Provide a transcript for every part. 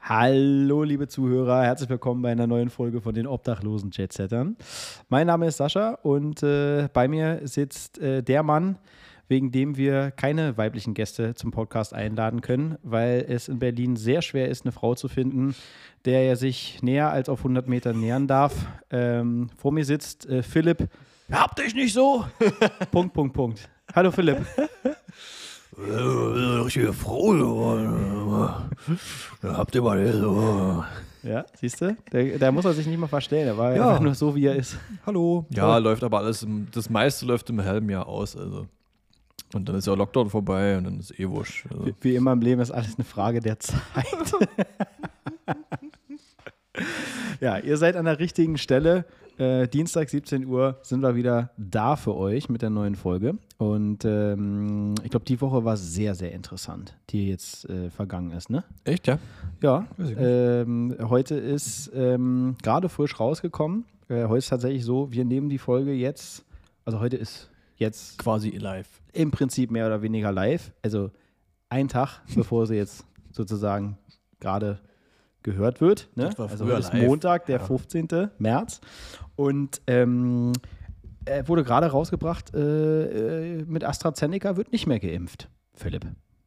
Hallo, liebe Zuhörer, herzlich willkommen bei einer neuen Folge von den Obdachlosen Jetsettern. Mein Name ist Sascha und bei mir sitzt der Mann, wegen dem wir keine weiblichen Gäste zum Podcast einladen können, weil es in Berlin sehr schwer ist, eine Frau zu finden, der er sich näher als auf 100 Meter nähern darf. Vor mir sitzt Philipp. Hab dich nicht so! Punkt. Hallo Philipp. Richtige Frau, habt ihr mal so. Ja, siehst du? Da muss er sich nicht mal verstellen, er war einfach nur so, wie er ist. Hallo. Ja, läuft aber alles, das meiste läuft im halben Jahr aus, also. Und dann ist ja Lockdown vorbei und dann ist wurscht. Also. Wie immer im Leben ist alles eine Frage der Zeit. Ja, ihr seid an der richtigen Stelle. Dienstag 17 Uhr sind wir wieder da für euch mit der neuen Folge. Und ich glaube, die Woche war sehr, sehr interessant, die jetzt vergangen ist, ne? Echt, ja? Ja. Heute ist gerade frisch rausgekommen. Heute ist tatsächlich so, wir nehmen die Folge jetzt, also heute ist jetzt quasi live. Im Prinzip mehr oder weniger live. Also ein Tag, bevor sie jetzt sozusagen gerade gehört wird. Ne? Also heute ist Montag, der 15. März. Und wurde gerade rausgebracht, mit AstraZeneca wird nicht mehr geimpft. Philipp.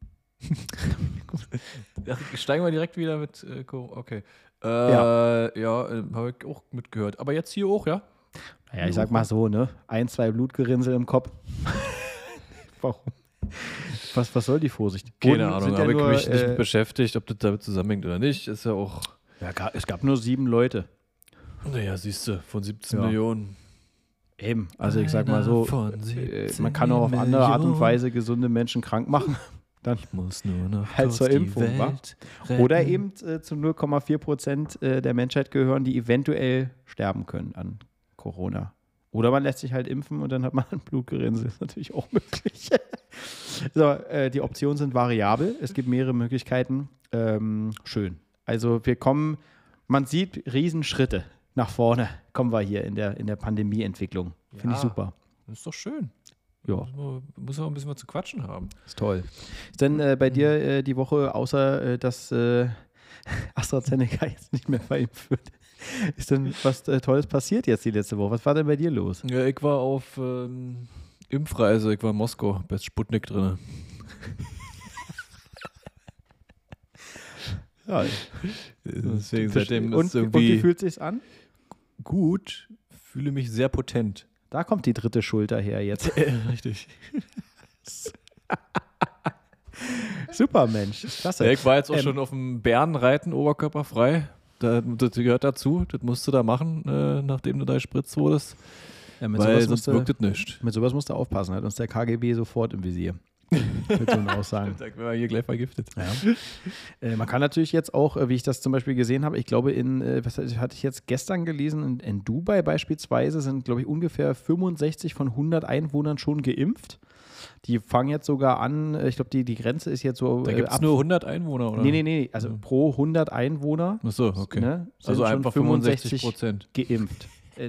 Steigen wir direkt wieder mit okay. Ja, habe ich auch mitgehört. Aber jetzt hier auch, ja? Naja, ich sag mal so, ne? 1, 2 Blutgerinnsel im Kopf. Warum? Was soll die Vorsicht? Keine Ahnung, habe ich mich nicht beschäftigt, ob das damit zusammenhängt oder nicht. Ist ja auch. Ja, es gab nur 7 Leute. Naja, siehst du, von 17 Millionen. Eben, also ich sag mal so, man kann auch auf andere Art und Weise gesunde Menschen krank machen. Dann muss nur noch halt zur Impfung, wa? Oder eben zu 0,4% der Menschheit gehören, die eventuell sterben können an Corona. Oder man lässt sich halt impfen und dann hat man ein Blutgerinnsel. Das ist natürlich auch möglich. So, die Optionen sind variabel. Es gibt mehrere Möglichkeiten. Schön. Also man sieht Riesenschritte nach vorne. Kommen wir hier in der Pandemieentwicklung. Finde ich super. Das ist doch schön. Ja. Muss man ein bisschen was zu quatschen haben. Ist toll. Ist denn bei dir die Woche, außer dass AstraZeneca jetzt nicht mehr verimpft wird, ist denn was Tolles passiert jetzt die letzte Woche? Was war denn bei dir los? Ja, ich war auf Impfreise. Ich war in Moskau, bei Sputnik drin. Ja. Deswegen seitdem und wie fühlt es sich an? Gut. Fühle mich sehr potent. Da kommt die dritte Schulter her jetzt. Richtig. Super, Mensch. Klasse. Ja, ich war jetzt auch schon auf dem Bärenreiten oberkörperfrei. Das gehört dazu. Das musst du da machen, nachdem du da gespritzt wurdest. Ja, weil sonst wirkt es nicht. Mit sowas musst du aufpassen. Hat uns der KGB sofort im Visier. Mit so einer Aussage. Da werden wir hier gleich vergiftet. Ja. Man kann natürlich jetzt auch, wie ich das zum Beispiel gesehen habe, ich glaube was hatte ich jetzt gestern gelesen, in Dubai beispielsweise sind, glaube ich, ungefähr 65 von 100 Einwohnern schon geimpft. Die fangen jetzt sogar an, ich glaube, die Grenze ist jetzt so. Da gibt es nur 100 Einwohner, oder? Nee, also pro 100 Einwohner. Ach so, okay. Ne, also einfach 65% geimpft.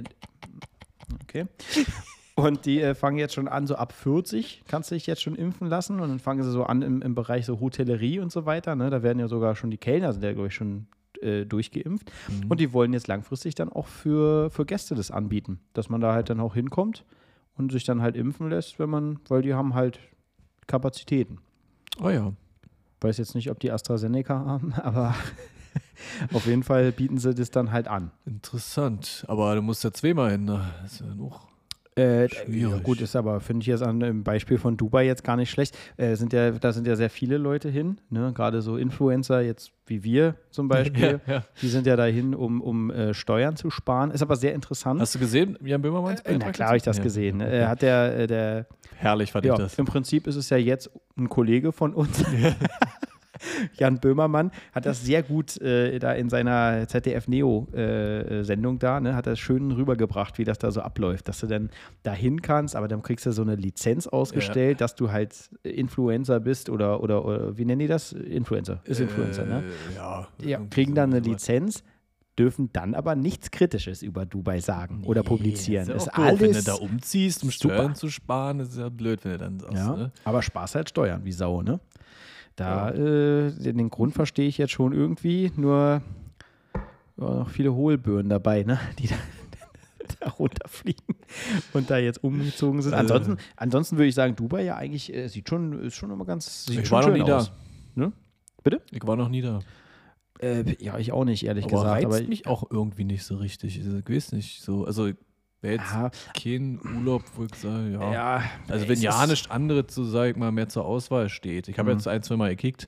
Okay. Und die fangen jetzt schon an, so ab 40 kannst du dich jetzt schon impfen lassen. Und dann fangen sie so an im Bereich so Hotellerie und so weiter. Ne? Da werden ja sogar schon die Kellner, sind ja, glaube ich, schon durchgeimpft. Mhm. Und die wollen jetzt langfristig dann auch für Gäste das anbieten. Dass man da halt dann auch hinkommt und sich dann halt impfen lässt, weil die haben halt Kapazitäten. Oh ja. Weiß jetzt nicht, ob die AstraZeneca haben, aber auf jeden Fall bieten sie das dann halt an. Interessant. Aber du musst ja zweimal hin. Ne? Das ist ja noch... Ja, gut, ist aber, finde ich jetzt an dem Beispiel von Dubai jetzt gar nicht schlecht. Da sind ja sehr viele Leute hin, ne? Gerade so Influencer jetzt wie wir zum Beispiel, die sind ja dahin, um Steuern zu sparen. Ist aber sehr interessant. Hast du gesehen, Jan Böhmermanns Beitrag? Na klar habe ich das gesehen. Hat der herrlich fand ich das. Im Prinzip ist es ja jetzt ein Kollege von uns. Jan Böhmermann hat das sehr gut da in seiner ZDF-Neo-Sendung da, ne, hat das schön rübergebracht, wie das da so abläuft, dass du dann dahin kannst, aber dann kriegst du so eine Lizenz ausgestellt, dass du halt Influencer bist oder wie nennen die das? Influencer. Ist Influencer, ne? Ja, kriegen dann eine Lizenz, dürfen dann aber nichts Kritisches über Dubai sagen oder publizieren. Das ist doof, alles, wenn du da umziehst, um Steuern zu sparen, ist ja blöd, wenn du dann sagst. Ja, ne? Aber Spaß halt Steuern, wie Sau, ne? Den Grund verstehe ich jetzt schon irgendwie, nur noch viele Hohlbirnen dabei, ne? Die da runterfliegen und da jetzt umgezogen sind. Ansonsten würde ich sagen, Dubai ja eigentlich ist schon immer ganz sieht schon schön aus. Ne? Bitte? Ich war noch nie da. Ja, ich auch nicht, ehrlich aber gesagt. Reizt mich auch irgendwie nicht so richtig. Ich weiß nicht so. Also wäre jetzt kein Urlaub, wo ich sage, also wenn ja nichts anderes, so sage ich mal, mehr zur Auswahl steht. Ich habe jetzt 1-2 Mal gekickt,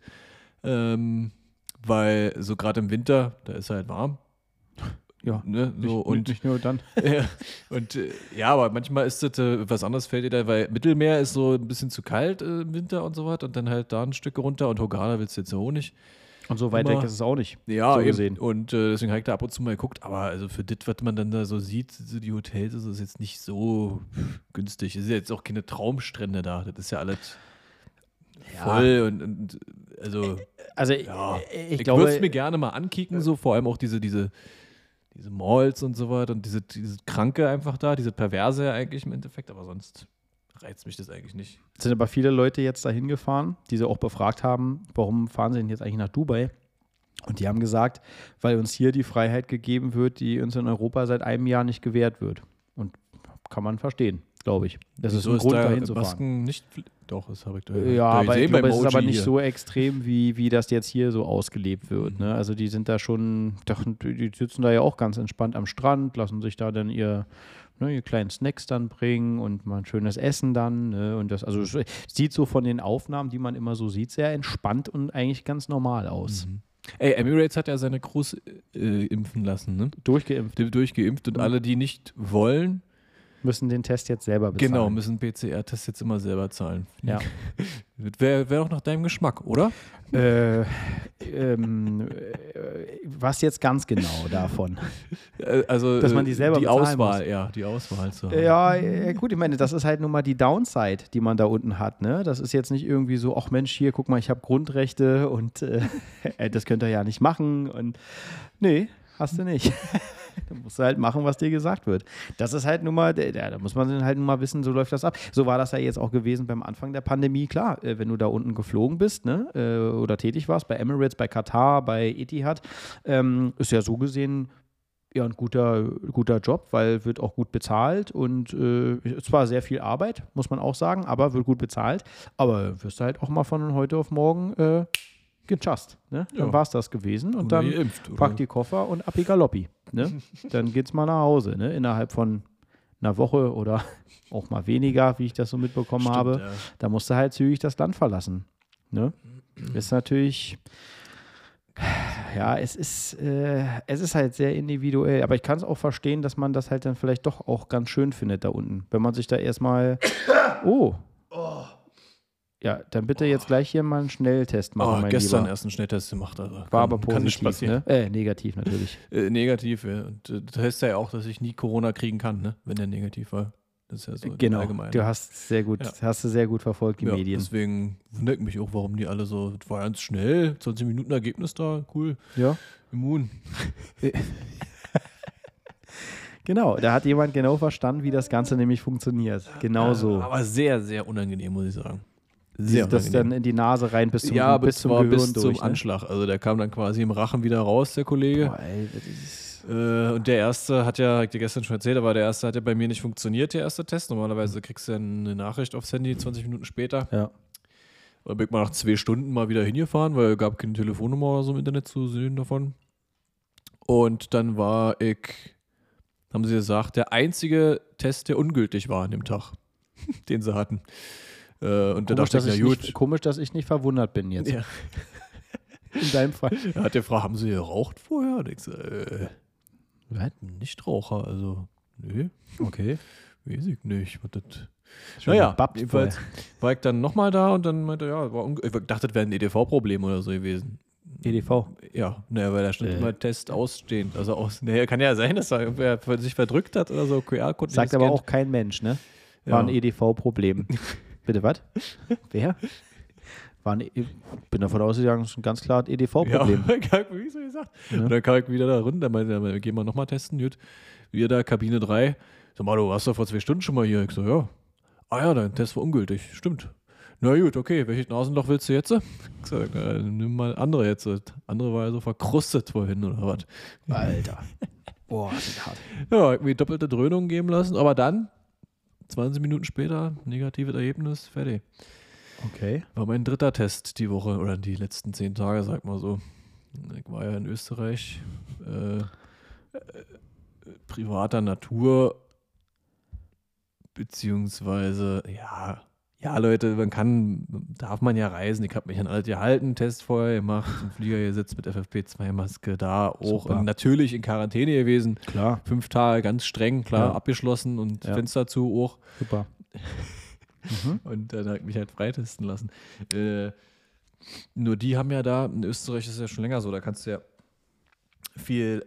weil so gerade im Winter, da ist halt warm. Ja, ne, so nicht nur dann. Aber manchmal ist das was anderes fällt dir da, weil Mittelmeer ist so ein bisschen zu kalt im Winter und so was und dann halt da ein Stück runter und Hurghada willst du jetzt auch nicht. Und so weit weg ist es auch nicht. Ja, so gesehen. Und deswegen habe ich da ab und zu mal geguckt, aber also für das, was man dann da so sieht, so die Hotels, das ist jetzt nicht so günstig. Es ist jetzt auch keine Traumstrände da. Das ist ja alles voll und also ich glaube, würde es mir gerne mal ankicken, so vor allem auch diese Malls und so weiter und diese Kranke einfach da, diese Perverse eigentlich im Endeffekt, aber sonst reizt mich das eigentlich nicht. Es sind aber viele Leute jetzt dahin gefahren, die sie auch befragt haben, warum fahren sie denn jetzt eigentlich nach Dubai? Und die haben gesagt, weil uns hier die Freiheit gegeben wird, die uns in Europa seit einem Jahr nicht gewährt wird. Und kann man verstehen, glaube ich. Das ist ein Grund, dahin zu fahren. Masken nicht doch, das habe ich da aber ich glaube, es ist aber nicht so extrem, wie das jetzt hier so ausgelebt wird. Ne? Also die sind da schon, die sitzen da ja auch ganz entspannt am Strand, lassen sich da dann ihre kleinen Snacks dann bringen und mal ein schönes Essen dann. Ne? Und das, also es sieht so von den Aufnahmen, die man immer so sieht, sehr entspannt und eigentlich ganz normal aus. Mhm. Ey, Emirates hat ja seine Crews impfen lassen, ne? Durchgeimpft und alle, die nicht wollen, müssen den Test jetzt selber bezahlen. Genau, müssen PCR-Test jetzt immer selber zahlen. Ja. Wäre auch nach deinem Geschmack, oder? Was jetzt ganz genau davon? Also, dass man die selber bezahlen muss. Die Auswahl zu haben. Ja, gut, ich meine, das ist halt nun mal die Downside, die man da unten hat. Ne? Das ist jetzt nicht irgendwie so, ach Mensch, hier, guck mal, ich habe Grundrechte und das könnt ihr ja nicht machen. Und nee, hast du nicht. Da musst du halt machen, was dir gesagt wird. Das ist halt nun mal, da muss man halt nun mal wissen, so läuft das ab. So war das ja jetzt auch gewesen beim Anfang der Pandemie. Klar, wenn du da unten geflogen bist, ne, oder tätig warst, bei Emirates, bei Katar, bei Etihad, ist ja so gesehen ja ein guter Job, weil wird auch gut bezahlt und zwar sehr viel Arbeit, muss man auch sagen, aber wird gut bezahlt. Aber wirst du halt auch mal von heute auf morgen gejust. Ne? Dann war es das gewesen und dann pack die Koffer und Appi Galoppi. Ne? Dann geht's mal nach Hause. Ne? Innerhalb von einer Woche oder auch mal weniger, wie ich das so mitbekommen habe. Ja. Da musst du halt zügig das Land verlassen. Ne? Ist natürlich, ja, es ist halt sehr individuell. Aber ich kann es auch verstehen, dass man das halt dann vielleicht doch auch ganz schön findet da unten. Wenn man sich da erstmal, ja, dann bitte jetzt gleich hier mal einen Schnelltest machen, mein gestern Lieber. erst einen Schnelltest gemacht. Also war aber positiv, kann nicht passieren. Ne? Negativ natürlich. Negativ, ja. Und das heißt ja auch, dass ich nie Corona kriegen kann, ne? Wenn der negativ war. Das ist ja so genau, allgemein. Du hast sehr gut verfolgt, die Medien. Deswegen wundert mich auch, warum die alle so, das war ganz schnell, 20 Minuten Ergebnis da, cool. Ja. Immun. Genau, da hat jemand genau verstanden, wie das Ganze nämlich funktioniert. Genau so. Aber sehr, sehr unangenehm, muss ich sagen. Sehr das dann in die Nase rein bis zum Gehirn bis zum durch, Anschlag. Also der kam dann quasi im Rachen wieder raus, der Kollege. Boah, ey, und der erste hat ja, ich dir gestern schon erzählt, aber der erste hat ja bei mir nicht funktioniert, der erste Test. Normalerweise kriegst du ja eine Nachricht aufs Handy 20 Minuten später. Ja. Da bin ich mal nach 2 Stunden mal wieder hingefahren, weil es gab keine Telefonnummer oder so im Internet zu sehen davon. Und dann war haben sie gesagt, der einzige Test, der ungültig war an dem Tag, den sie hatten. Und da dachte ich, komisch, dass ich nicht verwundert bin jetzt. Ja. In deinem Fall. Da hat der Frau, haben Sie geraucht vorher? Und ich so, Nichtraucher, also, nö. Okay. Weiß ich nicht. Naja, jedenfalls war ich dann nochmal da und dann meinte ich dachte, das wäre ein EDV-Problem oder so gewesen. EDV? Ja, naja, weil da stand immer Test ausstehend. Also kann ja sein, dass da irgendwer sich verdrückt hat oder so, QR-Code. Sagt aber auch kein Mensch, ne? War ein EDV-Problem. Bitte, was? Wer? Bin davon ausgegangen, das ist ein ganz klar EDV-Problem. Ja, wie so gesagt. Ja. Und dann kam ich wieder da runter, meinte, gehen wir nochmal testen. Gut. Wir da, Kabine 3. Sag mal, du warst doch vor 2 Stunden schon mal hier. Ich so, ja. Ah ja, dein Test war ungültig. Stimmt. Na gut, okay, welches Nasenloch willst du jetzt? Ich sag, nimm mal andere jetzt. Andere war ja so verkrustet vorhin oder was. Alter. Boah, das ist hart. Ja, irgendwie doppelte Dröhnung geben lassen, aber dann, 20 Minuten später, negatives Ergebnis, fertig. Okay. War mein 3. Test die Woche oder die letzten 10 Tage, sag mal so. Ich war ja in Österreich, privater Natur, beziehungsweise, ja, Leute, darf man ja reisen. Ich habe mich an alles gehalten, Test vorher gemacht, im Flieger gesetzt mit FFP2-Maske da, auch Super. natürlich in Quarantäne gewesen. Klar. 5 Tage ganz streng, klar, Ja. abgeschlossen und Ja. Fenster zu hoch. Super. Und dann habe ich mich halt freitesten lassen. Nur die haben ja da, in Österreich ist es ja schon länger so, da kannst du ja viel,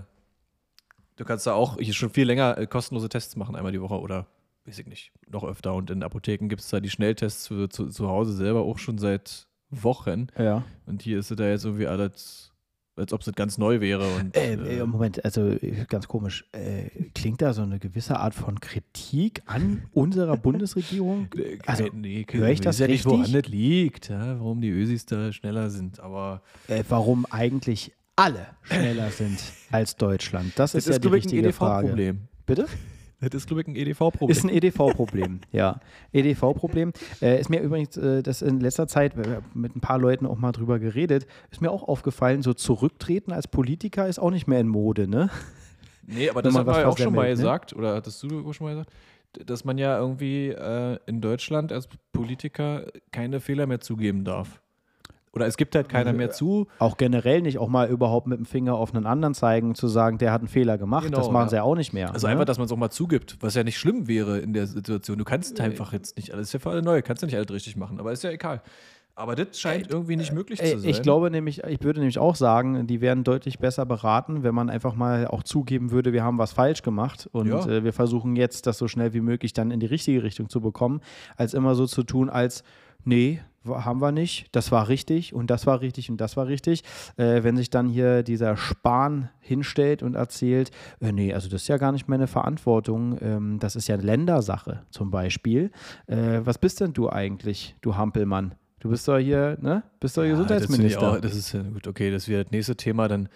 du kannst da auch hier schon viel länger kostenlose Tests machen, einmal die Woche oder weiß ich nicht, noch öfter. Und in Apotheken gibt es da die Schnelltests für zu Hause selber auch schon seit Wochen. Ja. Und hier ist es da jetzt irgendwie alles, als ob es nicht ganz neu wäre. Und, Moment, also ganz komisch. Klingt da so eine gewisse Art von Kritik an unserer Bundesregierung? Also, höre ich das weiß ja nicht, richtig? woran das liegt, ja, warum die Ösis da schneller sind. Aber Warum eigentlich alle schneller sind als Deutschland? Das ist ja die glaube ich, ein richtige Frage. EDV-Problem. Bitte? Das ist, glaube ich, ein EDV-Problem. Ist ein EDV-Problem, ja. EDV-Problem. Ist mir übrigens, das in letzter Zeit mit ein paar Leuten auch mal drüber geredet, ist mir auch aufgefallen, so zurücktreten als Politiker ist auch nicht mehr in Mode, ne? Nee, aber Wenn das man hat man was ja auch schon mal versemmelt, ne? gesagt, oder hattest du schon mal gesagt, dass man ja irgendwie in Deutschland als Politiker keine Fehler mehr zugeben darf. Oder es gibt halt keiner mehr zu. Auch generell nicht, auch mal überhaupt mit dem Finger auf einen anderen zeigen, zu sagen, der hat einen Fehler gemacht. Genau, das machen ja. sie ja auch nicht mehr. Also ne? einfach, dass man es auch mal zugibt, was ja nicht schlimm wäre in der Situation. Du kannst einfach jetzt nicht alles, ist ja für alle neu, kannst du nicht alles richtig machen, aber ist ja egal. Aber das scheint irgendwie nicht möglich zu sein. Ich glaube nämlich, ich würde nämlich auch sagen, die wären deutlich besser beraten, wenn man einfach mal auch zugeben würde, wir haben was falsch gemacht und Ja. wir versuchen jetzt, das so schnell wie möglich dann in die richtige Richtung zu bekommen, als immer so zu tun, als nee, haben wir nicht, das war richtig und das war richtig und das war richtig. Wenn sich dann hier dieser Spahn hinstellt und erzählt, nee, also das ist ja gar nicht meine Verantwortung, das ist ja Ländersache zum Beispiel. Was bist denn du eigentlich, du Hampelmann? Du bist doch hier, ne? Bist doch Gesundheitsminister. Das ist ja gut, okay, das wäre das nächste Thema, dann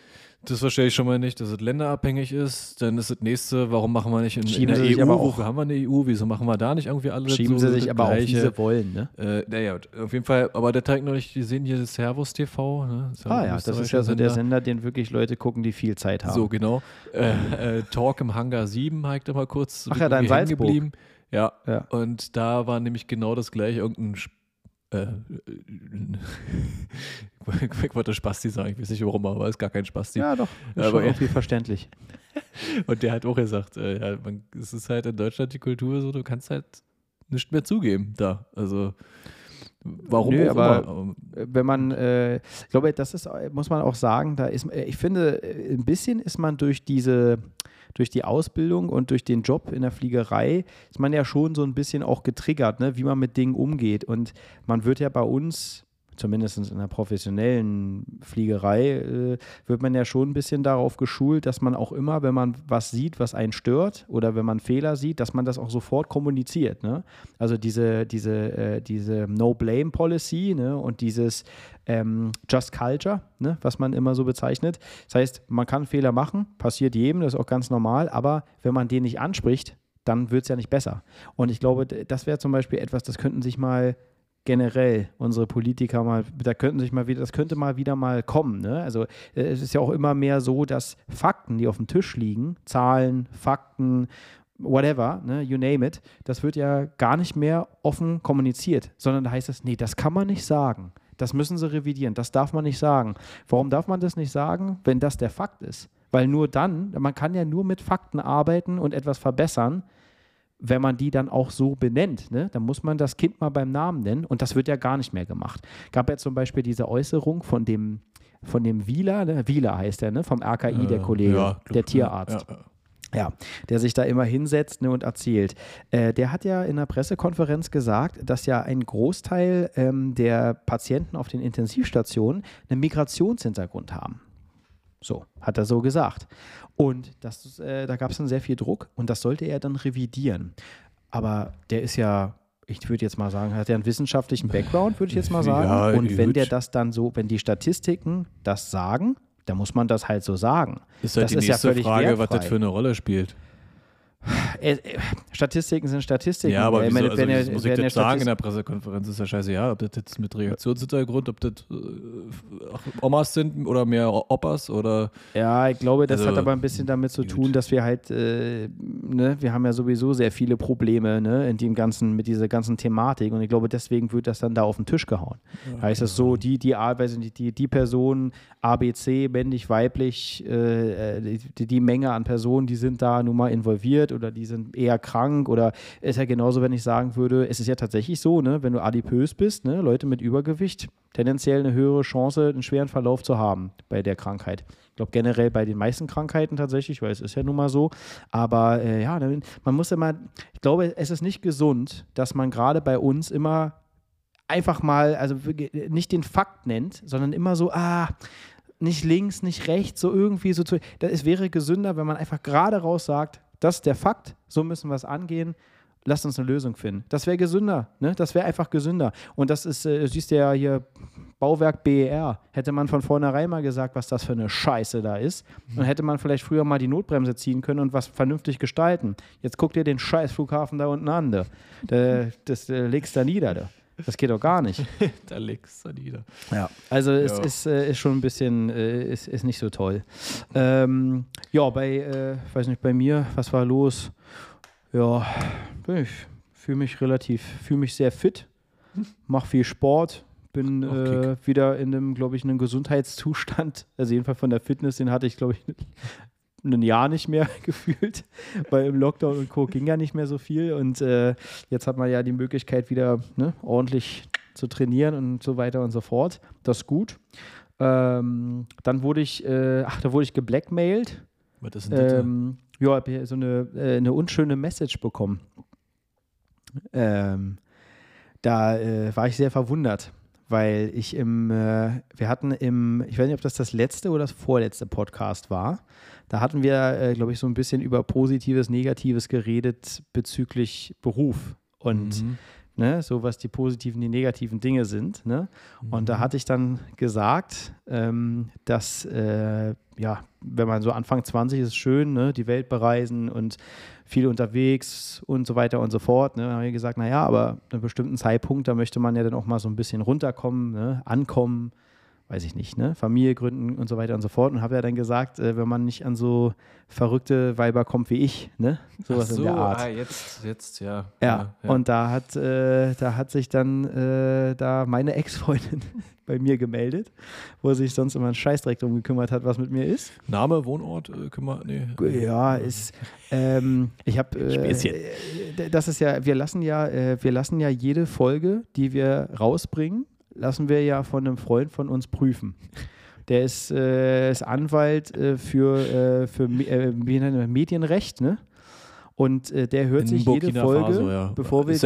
das verstehe ich schon mal nicht, dass es länderabhängig ist. Dann ist das nächste, warum machen wir nicht in Schieben der sie sich EU, aber auch- wofür haben wir eine EU, wieso machen wir da nicht irgendwie alle Schieben so sie sich das aber auf, wie Gleiche? sie wollen, ne? Naja, auf jeden Fall, aber der zeigt noch nicht, die sehen hier Servus TV. Ne? Das ist ja so der Sender, den wirklich Leute gucken, die viel Zeit haben. So, genau. Talk im Hangar 7, habe ich da mal kurz Ach ja, da in irgendwie hängen Salzburg. geblieben. Ja. Ja. Und da war nämlich genau das gleiche, ich wollte Spasti sagen, ich weiß nicht warum, aber ist gar kein Spasti. Ja, doch. Ist Aber schon ja. irgendwie verständlich. Und der hat auch gesagt, es ist halt in Deutschland die Kultur so, du kannst halt nichts mehr zugeben da. Also warum Nö, auch aber immer. wenn man, ich glaube, das ist, muss man auch sagen, da ist, ich finde, ein bisschen ist man durch die Ausbildung und durch den Job in der Fliegerei, ist man ja schon so ein bisschen auch getriggert, ne, wie man mit Dingen umgeht. Und man wird ja bei uns, zumindest in der professionellen Fliegerei, wird man ja schon ein bisschen darauf geschult, dass man auch immer, wenn man was sieht, was einen stört oder wenn man Fehler sieht, dass man das auch sofort kommuniziert. Ne? Also diese No-Blame-Policy, ne? Und dieses Just Culture, ne? Was man immer so bezeichnet. Das heißt, man kann Fehler machen, passiert jedem, das ist auch ganz normal, aber wenn man den nicht anspricht, dann wird es ja nicht besser. Und ich glaube, das wäre zum Beispiel etwas, das könnten sich mal generell unsere Politiker mal, das könnte mal wieder mal kommen. Ne? Also es ist ja auch immer mehr so, dass Fakten, die auf dem Tisch liegen, Zahlen, Fakten, whatever, ne, you name it, das wird ja gar nicht mehr offen kommuniziert, sondern da heißt es, nee, das kann man nicht sagen. Das müssen sie revidieren, das darf man nicht sagen. Warum darf man das nicht sagen, wenn das der Fakt ist? Weil nur dann, man kann ja nur mit Fakten arbeiten und etwas verbessern, wenn man die dann auch so benennt, ne? Dann muss man das Kind mal beim Namen nennen und das wird ja gar nicht mehr gemacht. Gab ja zum Beispiel diese Äußerung von dem Wieler, ne? Wieler heißt der, ne? Vom RKI, der Kollege, der Tierarzt. Ja, der sich da immer hinsetzt, ne, und erzählt. Der hat ja in einer Pressekonferenz gesagt, dass ja ein Großteil der Patienten auf den Intensivstationen einen Migrationshintergrund haben. So, hat er so gesagt. Und da gab es dann sehr viel Druck und das sollte er dann revidieren. Aber der ist ja ich würde jetzt mal sagen, hat er einen wissenschaftlichen Background, würde ich jetzt mal sagen. Ja, Und wenn gut. der das dann so, wenn die Statistiken das sagen, dann muss man das halt so sagen. Ist halt das die ist ja nächste völlig Frage, was wertfrei. das für eine Rolle spielt. Statistiken sind Statistiken. Ja, aber Ich wieso, meine, also, wenn er- das muss wenn ich der jetzt sagen in Statist- der Pressekonferenz, ist ja scheißegal, ob das jetzt mit Reaktionshintergrund, ob das Omas sind oder mehr Opas oder Ja, ich glaube, das Also, hat aber ein bisschen damit zu gut. tun, dass wir halt, wir haben ja sowieso sehr viele Probleme, ne, mit dieser ganzen Thematik, und ich glaube, deswegen wird das dann da auf den Tisch gehauen. Heißt es so, die Person, ABC, männlich, weiblich, die Menge an Personen, die sind da nun mal involviert oder die sind eher krank, oder ist ja genauso, wenn ich sagen würde, es ist ja tatsächlich so, ne, wenn du adipös bist, ne, Leute mit Übergewicht, tendenziell eine höhere Chance, einen schweren Verlauf zu haben bei der Krankheit. Ich glaube generell bei den meisten Krankheiten tatsächlich, weil es ist ja nun mal so. Aber man muss immer, ich glaube, es ist nicht gesund, dass man gerade bei uns immer einfach mal, also nicht den Fakt nennt, sondern immer so, nicht links, nicht rechts, so irgendwie so zu. Es wäre gesünder, wenn man einfach gerade raus sagt, das ist der Fakt, so müssen wir es angehen. Lasst uns eine Lösung finden. Das wäre gesünder, ne? Das wäre einfach gesünder. Und das ist, siehst du ja hier, Bauwerk BER. Hätte man von vornherein mal gesagt, was das für eine Scheiße da ist, dann hätte man vielleicht früher mal die Notbremse ziehen können und was vernünftig gestalten. Jetzt guck dir den scheiß Flughafen da unten an. Das legst da nieder. Da. Das geht doch gar nicht. da legst du nieder. Ja, also es ist schon ein bisschen, ist nicht so toll. Weiß nicht, bei mir, was war los? Ja, ich fühle mich sehr fit, mache viel Sport, bin wieder in einem Gesundheitszustand, also jedenfalls von der Fitness, den hatte ich, glaube ich, ein Jahr nicht mehr gefühlt, weil im Lockdown und Co. ging ja nicht mehr so viel, und jetzt hat man ja die Möglichkeit wieder ordentlich zu trainieren und so weiter und so fort. Das ist gut. Dann wurde ich geblackmailt. Was ist denn das? Ich habe hier so eine unschöne Message bekommen. Da war ich sehr verwundert, weil ich ich weiß nicht, ob das letzte oder das vorletzte Podcast war. Da hatten wir, glaube ich, so ein bisschen über Positives, Negatives geredet bezüglich Beruf und ne, so was die positiven, die negativen Dinge sind. Ne? Und da hatte ich dann gesagt, dass wenn man so Anfang 20 ist, schön, ne, die Welt bereisen und viel unterwegs und so weiter und so fort. Ne? Dann habe ich gesagt, naja, aber an einem bestimmten Zeitpunkt, da möchte man ja dann auch mal so ein bisschen runterkommen, ne? Ankommen, weiß ich nicht, ne? Familie gründen und so weiter und so fort. Und habe ja dann gesagt, wenn man nicht an so verrückte Weiber kommt wie ich, ne? Sowas in der Art. Jetzt, ja. Ja, und da hat sich dann meine Ex-Freundin bei mir gemeldet, wo sich sonst immer ein Scheißdreck drum gekümmert hat, was mit mir ist. Name, Wohnort, Ja, ich habe, das ist ja, wir lassen ja jede Folge, die wir rausbringen, lassen wir ja von einem Freund von uns prüfen. Der ist Anwalt für Medienrecht, ne? Und der hört sich jede Folge, bevor wir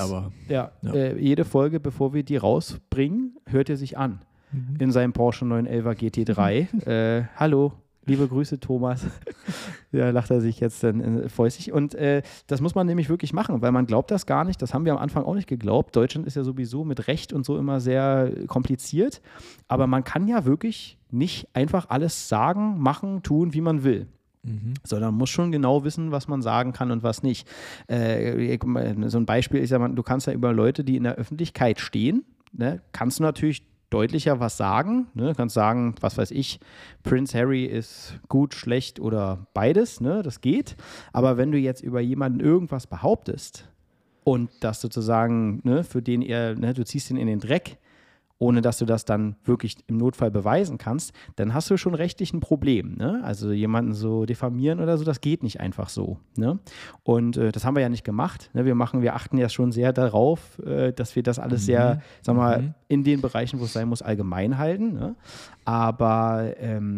jede Folge, bevor wir die rausbringen, hört er sich an. In seinem Porsche 911 GT3. Hallo, liebe Grüße, Thomas. Da lacht er sich jetzt dann fäustig. Und das muss man nämlich wirklich machen, weil man glaubt das gar nicht. Das haben wir am Anfang auch nicht geglaubt. Deutschland ist ja sowieso mit Recht und so immer sehr kompliziert. Aber man kann ja wirklich nicht einfach alles sagen, machen, tun, wie man will. Sondern muss schon genau wissen, was man sagen kann und was nicht. So ein Beispiel ist ja, du kannst ja über Leute, die in der Öffentlichkeit stehen, ne, kannst du natürlich deutlicher was sagen. Ne? Du kannst sagen, was weiß ich, Prince Harry ist gut, schlecht oder beides, ne? Das geht. Aber wenn du jetzt über jemanden irgendwas behauptest und das sozusagen, ne, für den du ziehst ihn in den Dreck, ohne dass du das dann wirklich im Notfall beweisen kannst, dann hast du schon rechtlich ein Problem. Ne? Also jemanden so diffamieren oder so, das geht nicht einfach so. Ne? Und das haben wir ja nicht gemacht. Ne? Wir achten ja schon sehr darauf, dass wir das alles sehr, in den Bereichen, wo es sein muss, allgemein halten. Ne? Aber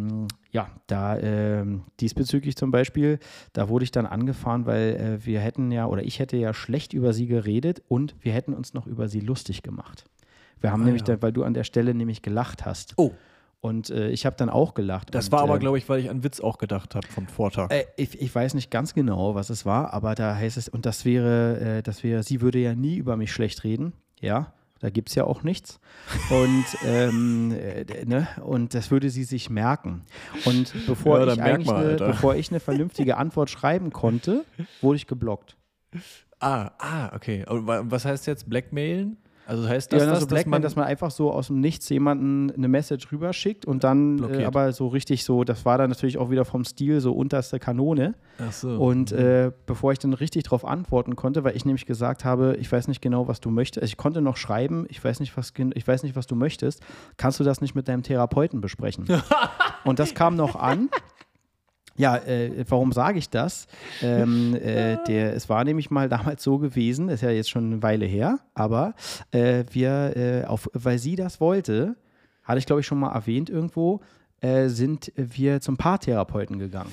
diesbezüglich zum Beispiel, da wurde ich dann angefahren, weil ich hätte ja schlecht über sie geredet und wir hätten uns noch über sie lustig gemacht. Wir haben weil du an der Stelle nämlich gelacht hast. Oh. Und ich habe dann auch gelacht. Das und, war aber, glaube ich, weil ich an Witz auch gedacht habe vom Vortag. ich weiß nicht ganz genau, was es war, aber da heißt es, und das wäre, sie würde ja nie über mich schlecht reden, ja. Da gibt es ja auch nichts. Und, ne? Und das würde sie sich merken. Und bevor ich eine vernünftige Antwort schreiben konnte, wurde ich geblockt. Okay. Und was heißt jetzt Blackmailen? Also heißt das, so Blackmail, dass man einfach so aus dem Nichts jemanden eine Message rüberschickt und dann aber so richtig so, das war dann natürlich auch wieder vom Stil so unterste Kanone. Ach so. Und bevor ich dann richtig drauf antworten konnte, weil ich nämlich gesagt habe, ich weiß nicht genau, was du möchtest. Also ich konnte noch schreiben, ich weiß nicht, was du möchtest. Kannst du das nicht mit deinem Therapeuten besprechen? Und das kam noch an. Ja, warum sage ich das? Es war nämlich mal damals so gewesen, ist ja jetzt schon eine Weile her, aber weil sie das wollte, hatte ich glaube ich schon mal erwähnt irgendwo, sind wir zum Paartherapeuten gegangen.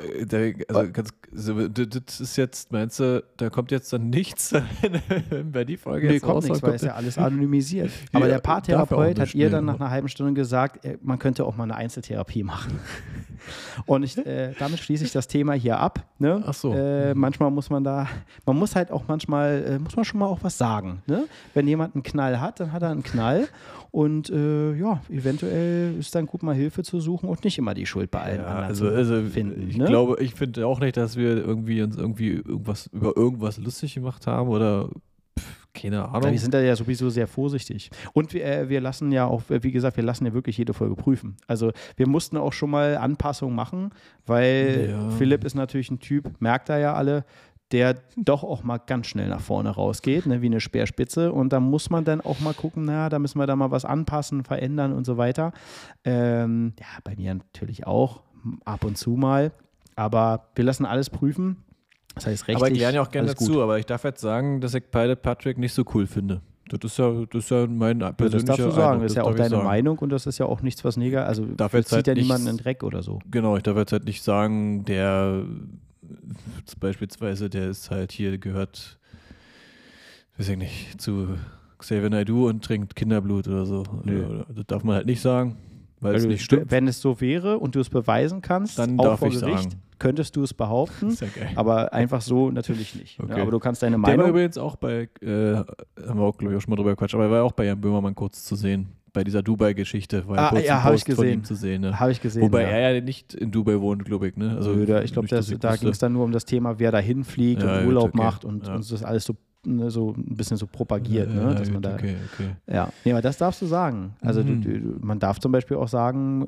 Das ist jetzt, meinst du, da kommt jetzt dann nichts bei die Folge? Nee, kommt nichts, weil es ja alles anonymisiert. Aber der Paartherapeut hat ihr dann nach einer halben Stunde gesagt, man könnte auch mal eine Einzeltherapie machen. Und damit schließe ich das Thema hier ab. Ne? Ach so. Manchmal muss man muss halt auch manchmal, muss man schon mal auch was sagen. Ne? Wenn jemand einen Knall hat, dann hat er einen Knall. Und eventuell ist dann gut, mal Hilfe zu suchen und nicht immer die Schuld bei allen anderen zu finden. Ich finde auch nicht, dass wir uns über irgendwas lustig gemacht haben oder keine Ahnung. Wir sind da ja sowieso sehr vorsichtig. Und wir lassen ja auch, wie gesagt, wir lassen ja wirklich jede Folge prüfen. Also wir mussten auch schon mal Anpassungen machen, weil Philipp ist natürlich ein Typ, merkt er ja alle, der doch auch mal ganz schnell nach vorne rausgeht, ne, wie eine Speerspitze. Und da muss man dann auch mal gucken, da müssen wir da mal was anpassen, verändern und so weiter. Bei mir natürlich auch, ab und zu mal. Aber wir lassen alles prüfen. Das heißt rechtlich. Aber ich lerne ja auch gerne dazu. Aber ich darf jetzt sagen, dass ich Pilot Patrick nicht so cool finde. Das ist ja mein persönlicher Eindruck. Das darfst du sagen. Das ist ja auch deine Meinung und das ist ja auch nichts, was negativ. Also das zieht ja niemanden in den Dreck oder so. Genau, ich darf jetzt halt nicht sagen, der beispielsweise, der ist halt hier, gehört, weiß ich nicht, zu Xavier Naidoo und trinkt Kinderblut oder so. Das darf man halt nicht sagen, weil es nicht stimmt. Wenn es so wäre und du es beweisen kannst, dann auch darf vor ich Gericht, sagen. Könntest du es behaupten, ist ja geil. Aber einfach so natürlich nicht. Okay. Ja, aber du kannst deine Der Meinung... war übrigens auch bei, haben wir auch, glaube ich, auch schon mal drüber gequatscht, aber er war auch bei Jan Böhmermann kurz zu sehen. Bei dieser Dubai-Geschichte war kurz ein Post von ihm zu sehen. Ne? Habe ich gesehen. Wobei er ja nicht in Dubai wohnt, glaube ich. Ne? Also, ich glaube, da ging es dann nur um das Thema, wer da hinfliegt und Urlaub macht und das alles so ein bisschen so propagiert, dass man da. Okay. Ja, nee, aber das darfst du sagen. Also man darf zum Beispiel auch sagen,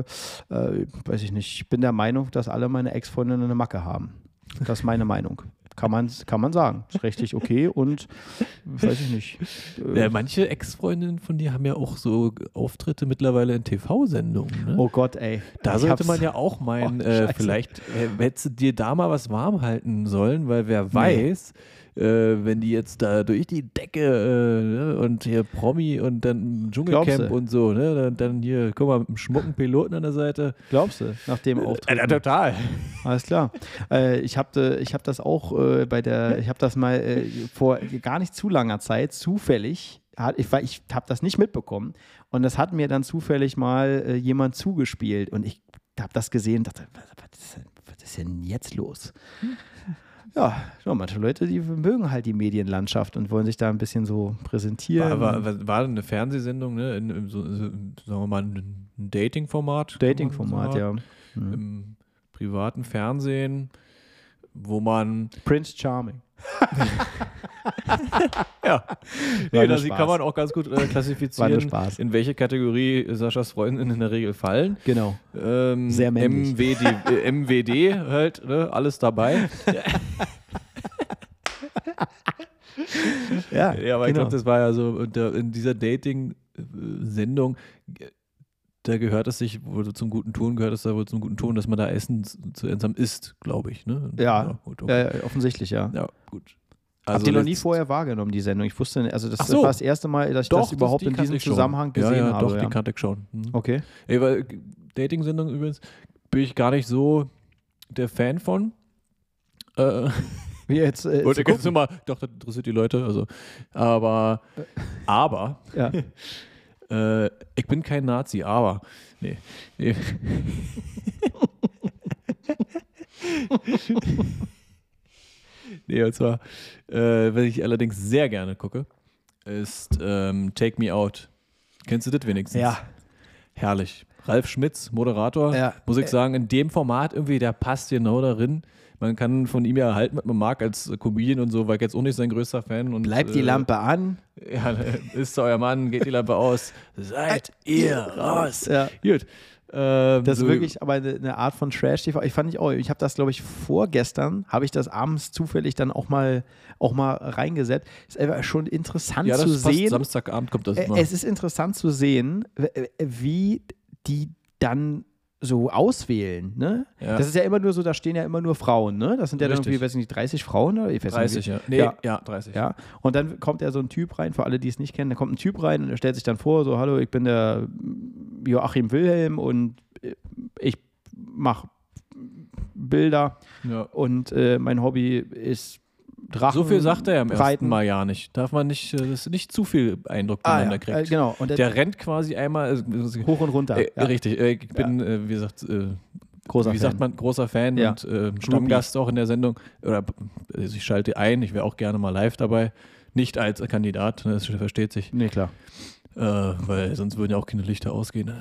weiß ich nicht, ich bin der Meinung, dass alle meine Ex-Freundinnen eine Macke haben. Das ist meine Meinung. Kann man sagen. Ist rechtlich okay und weiß ich nicht. Manche Ex-Freundinnen von dir haben ja auch so Auftritte mittlerweile in TV-Sendungen. Ne? Oh Gott, ey. Da sollte man ja auch meinen, vielleicht hättest du dir da mal was warm halten sollen, weil wer weiß, wenn die jetzt da durch die Decke und hier Promi und dann Dschungelcamp und so, ne? Dann hier, guck mal, mit einem schmucken Piloten an der Seite. Glaubst du, nach dem Auftritt? Ja, total. Alles klar. Ich hab das auch ich habe das mal vor gar nicht zu langer Zeit zufällig, ich habe das nicht mitbekommen und das hat mir dann zufällig mal jemand zugespielt und ich habe das gesehen und dachte, was ist denn jetzt los? Ja, manche Leute, die mögen halt die Medienlandschaft und wollen sich da ein bisschen so präsentieren. War eine Fernsehsendung, ne? Sagen wir mal, ein Dating-Format? Dating-Format, ja. Im privaten Fernsehen, wo man... Prince Charming. Ja, sie kann man auch ganz gut klassifizieren, in welche Kategorie Saschas Freundinnen in der Regel fallen. Genau. Sehr männlich. MWD halt, ne? Alles dabei. Ja, aber ich glaube, das war ja so, in dieser Dating-Sendung, da gehört es sich wohl zum guten Ton, dass man da Essen zusammen isst, glaube ich. Ne? Ja, gut, okay. Offensichtlich, ja. Ja, gut. Also habt ihr noch nie vorher wahrgenommen, die Sendung? Ich wusste nicht, also das war das erste Mal, dass ich das überhaupt in diesem Zusammenhang gesehen habe. Doch, die kannte ich schon. Okay. Weil Dating-Sendung übrigens bin ich gar nicht so der Fan von. Wie jetzt? Und ihr doch, das interessiert die Leute. Also, aber ja. Ich bin kein Nazi, aber. Nee. Nee, und zwar, was ich allerdings sehr gerne gucke, ist Take Me Out. Kennst du das wenigstens? Ja. Herrlich. Ralf Schmitz, Moderator, Ja. muss ich sagen, in dem Format irgendwie, der passt genau darin. Man kann von ihm ja halten, was man mag als Comedian und so, weil ich jetzt auch nicht sein größter Fan. Und, Bleibt die Lampe an. Ja, ist euer Mann, geht die Lampe aus. Seid ihr raus. Ja. Gut. Das ist so- wirklich aber eine Art von Trash-TV. Ich fand ich habe das, glaube ich, vorgestern, habe ich das abends zufällig dann auch mal reingesetzt. Ist einfach schon interessant Ja, das zu passt. sehen. Samstagabend kommt das immer. Es ist interessant zu sehen, wie die dann so auswählen, ne? Ja. Das ist ja immer nur so, da stehen ja immer nur Frauen, ne? Das sind ja dann Richtig. irgendwie, weiß ich nicht, 30 Frauen, oder? Ich weiß 30, nicht, ja. Nee, ja. ja, 30. Ja, und dann kommt ja so ein Typ rein, für alle, die es nicht kennen, da kommt ein Typ rein und er stellt sich dann vor, so, hallo, ich bin der Joachim Wilhelm und ich mache Bilder Ja. und mein Hobby ist Drachen. So viel sagt er ja im ersten reiten. Mal ja nicht. Darf man nicht, das ist nicht zu viel Eindruck, den man da kriegt. Genau. Und Der rennt quasi einmal hoch und runter. Ja. Richtig, ich bin, wie gesagt, Großer wie Fan. sagt man, großer Fan Ja. und Stammgast auch in der Sendung. Oder also ich schalte ein, ich wäre auch gerne mal live dabei. Nicht als Kandidat, ne, das versteht sich. Nee, klar. Weil sonst würden ja auch keine Lichter ausgehen.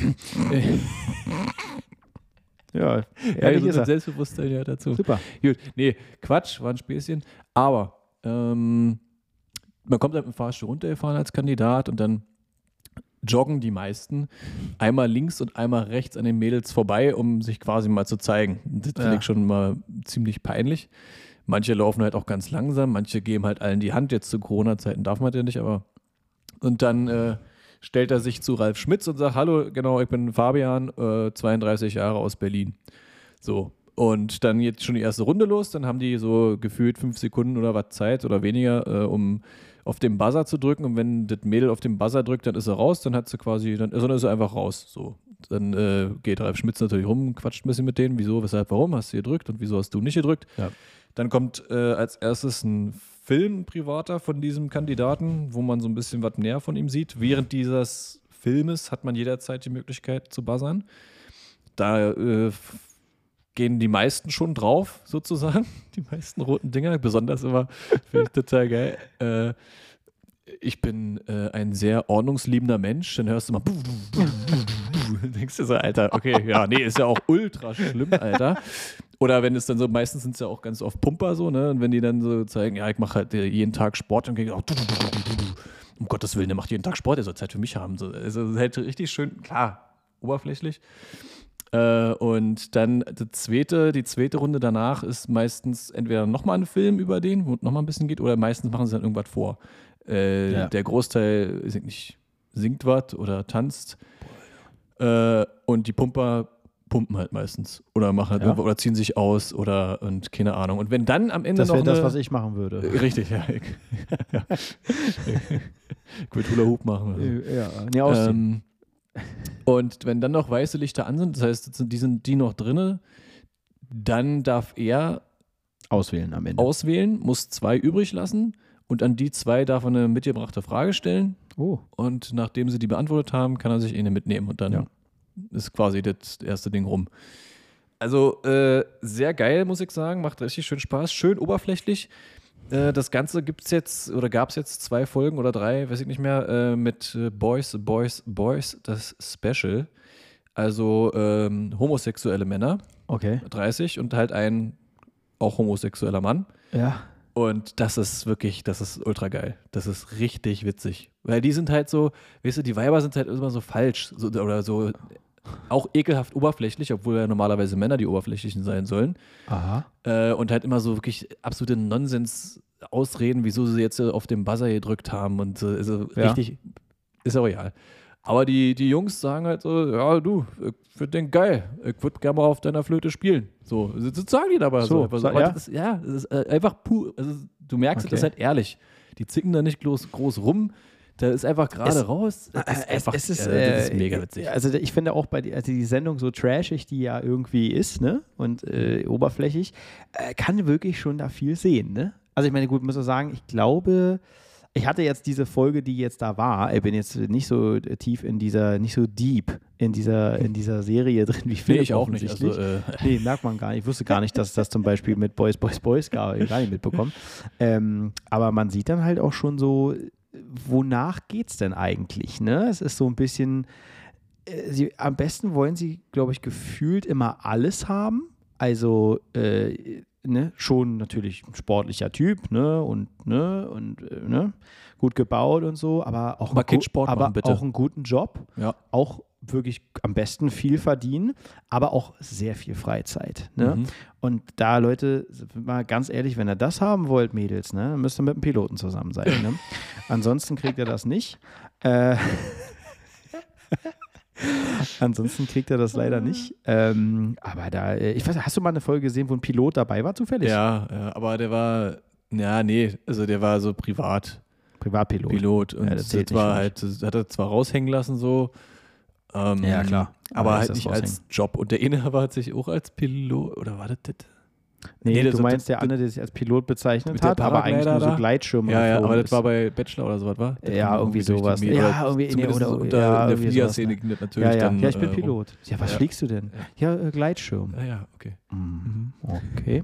Ja, Ja, ehrlich so ist ein er. Selbstbewusstsein ja dazu. Super. Gut, nee, Quatsch, war ein Späßchen. Aber man kommt halt mit dem Fahrstuhl runtergefahren als Kandidat und dann joggen die meisten einmal links und einmal rechts an den Mädels vorbei, um sich quasi mal zu zeigen. Das finde ich schon mal ziemlich peinlich. Manche laufen halt auch ganz langsam, manche geben halt allen die Hand. Jetzt zu Corona-Zeiten darf man das ja nicht, aber. Und dann stellt er sich zu Ralf Schmitz und sagt: Hallo, genau, ich bin Fabian, 32 Jahre aus Berlin. So. Und dann geht schon die erste Runde los. Dann haben die so gefühlt 5 Sekunden oder was Zeit oder weniger, um auf den Buzzer zu drücken. Und wenn das Mädel auf den Buzzer drückt, dann ist er raus. Dann hat sie quasi, dann ist er einfach raus. So. Dann geht Ralf Schmitz natürlich rum, quatscht ein bisschen mit denen. Wieso, weshalb, warum hast du gedrückt und wieso hast du nicht gedrückt? Ja. Dann kommt als erstes ein Film, privater von diesem Kandidaten, wo man so ein bisschen was näher von ihm sieht. Während dieses Filmes hat man jederzeit die Möglichkeit zu buzzern. Da gehen die meisten schon drauf, sozusagen. Die meisten roten Dinger. Besonders immer, finde ich total geil. Ich bin ein sehr ordnungsliebender Mensch. Dann hörst du mal. Dann denkst du so, Alter, okay, ja, nee, ist ja auch ultra schlimm, Alter. Oder wenn es dann so, meistens sind es ja auch ganz oft Pumper so, ne? Und wenn die dann so zeigen, ja, ich mache halt jeden Tag Sport, dann geht auch um Gottes Willen, der macht jeden Tag Sport, der soll Zeit für mich haben. So. Also halt richtig schön, klar, oberflächlich. Und dann die zweite Runde danach ist meistens entweder nochmal ein Film über den, wo es nochmal ein bisschen geht, oder meistens machen sie dann irgendwas vor. Der Großteil singt was oder tanzt. Und die Pumper pumpen halt meistens. Oder machen halt oder ziehen sich aus und keine Ahnung. Und wenn dann am Ende das wäre noch das, was ich machen würde. Richtig, ja. Ich würde Hula Hoop machen. Ja, nee, ausziehen. Und wenn dann noch weiße Lichter an sind, das heißt, die sind die noch drinne, dann darf er auswählen am Ende. Auswählen, muss 2 übrig lassen und an die 2 darf er eine mitgebrachte Frage stellen. Oh. Und nachdem sie die beantwortet haben, kann er sich eine mitnehmen und dann ist quasi das erste Ding rum. Also sehr geil, muss ich sagen, macht richtig schön Spaß, schön oberflächlich. Das Ganze gibt's jetzt oder gab es jetzt 2 Folgen oder 3, weiß ich nicht mehr, mit Boys, das Special. Also homosexuelle Männer, Okay. 30 und halt ein auch homosexueller Mann. Ja. Und das ist ultra geil. Das ist richtig witzig. Weil die sind halt so, weißt du, die Weiber sind halt immer so falsch oder so auch ekelhaft oberflächlich, obwohl ja normalerweise Männer die Oberflächlichen sein sollen. Aha. Und halt immer so wirklich absolute Nonsens-Ausreden, wieso sie jetzt auf den Buzzer gedrückt haben und so. Also richtig, ist ja real. Aber die Jungs sagen halt so, ja du, ich finde den geil, ich würde gerne mal auf deiner Flöte spielen. So, das sagen die dabei so. Aber das ist einfach pur, also du merkst, das ist halt ehrlich. Die zicken da nicht groß rum. Da ist einfach gerade raus. Das ist mega witzig. Also ich finde auch die Sendung so trashig, die ja irgendwie ist, ne? Und oberflächlich, kann wirklich schon da viel sehen, ne? Also ich meine, gut, muss man sagen, ich glaube, Ich hatte jetzt diese Folge, die jetzt da war, ich bin jetzt nicht so tief nicht so deep in dieser Serie drin, wie Philipp ich auch nicht. offensichtlich. Nee, merkt man gar nicht. Ich wusste gar nicht, dass das zum Beispiel mit Boys gar nicht mitbekommen. Aber man sieht dann halt auch schon so, wonach geht's denn eigentlich? Ne? Es ist so ein bisschen, am besten wollen sie, glaube ich, gefühlt immer alles haben. Also, schon natürlich ein sportlicher Typ, und gut gebaut und so, aber auch, auch einen guten Job, auch wirklich am besten viel verdienen, aber auch sehr viel Freizeit. Ne? Und da, Leute, mal ganz ehrlich, wenn ihr das haben wollt, Mädels, ne, dann müsst ihr mit einem Piloten zusammen sein. Ne? Ansonsten kriegt ihr das nicht. Ansonsten kriegt er das leider nicht. Aber ich weiß nicht, hast du mal eine Folge gesehen, wo ein Pilot dabei war, zufällig? Ja, aber der war, der war so Privatpilot. Und das war halt, das hat er zwar raushängen lassen so. Ja, klar. Aber halt nicht als Job. Und der Inhaber hat sich auch als Pilot, oder war das? Nee, du meinst der andere, der sich als Pilot bezeichnet hat, aber eigentlich nur so Gleitschirme. Ja, aber das war bei Bachelor oder so was, war? Ja, irgendwie sowas. Ja, irgendwie unter der Fliegerszene natürlich dann. Ja, ich bin Pilot. Ja, was fliegst du denn? Ja, Gleitschirm. Ja, okay. Okay.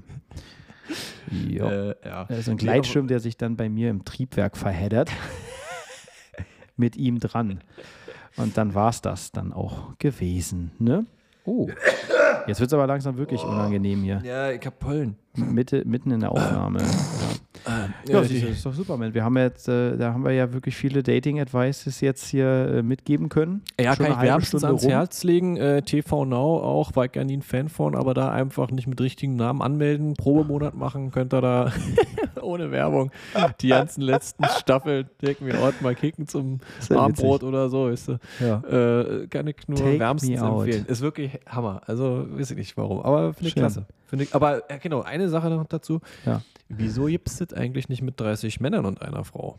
Ja. Das ist ein Gleitschirm, der sich dann bei mir im Triebwerk verheddert. Mit ihm dran. Und dann war es das dann auch gewesen, ne? Oh, jetzt wird es aber langsam wirklich unangenehm hier. Ja, ich hab Pollen. Mitten in der Aufnahme. Das ist doch super, man. Wir haben jetzt, da haben wir ja wirklich viele Dating-Advices jetzt hier mitgeben können. Ja, kann ich wärmstens ans Herz legen. TV Now auch, war ich ja nie ein Fan von, aber da einfach nicht mit richtigen Namen anmelden, Probemonat machen, könnt ihr da ohne Werbung die ganzen letzten Staffeln Take Me Out mal kicken zum Abendbrot oder so, weißt du. Ja. Kann ich nur wärmstens empfehlen. Ist wirklich Hammer. Also, weiß ich nicht warum, aber finde ich klasse. Aber genau, eine Sache noch dazu. Ja. Wieso gibt es das eigentlich nicht mit 30 Männern und einer Frau?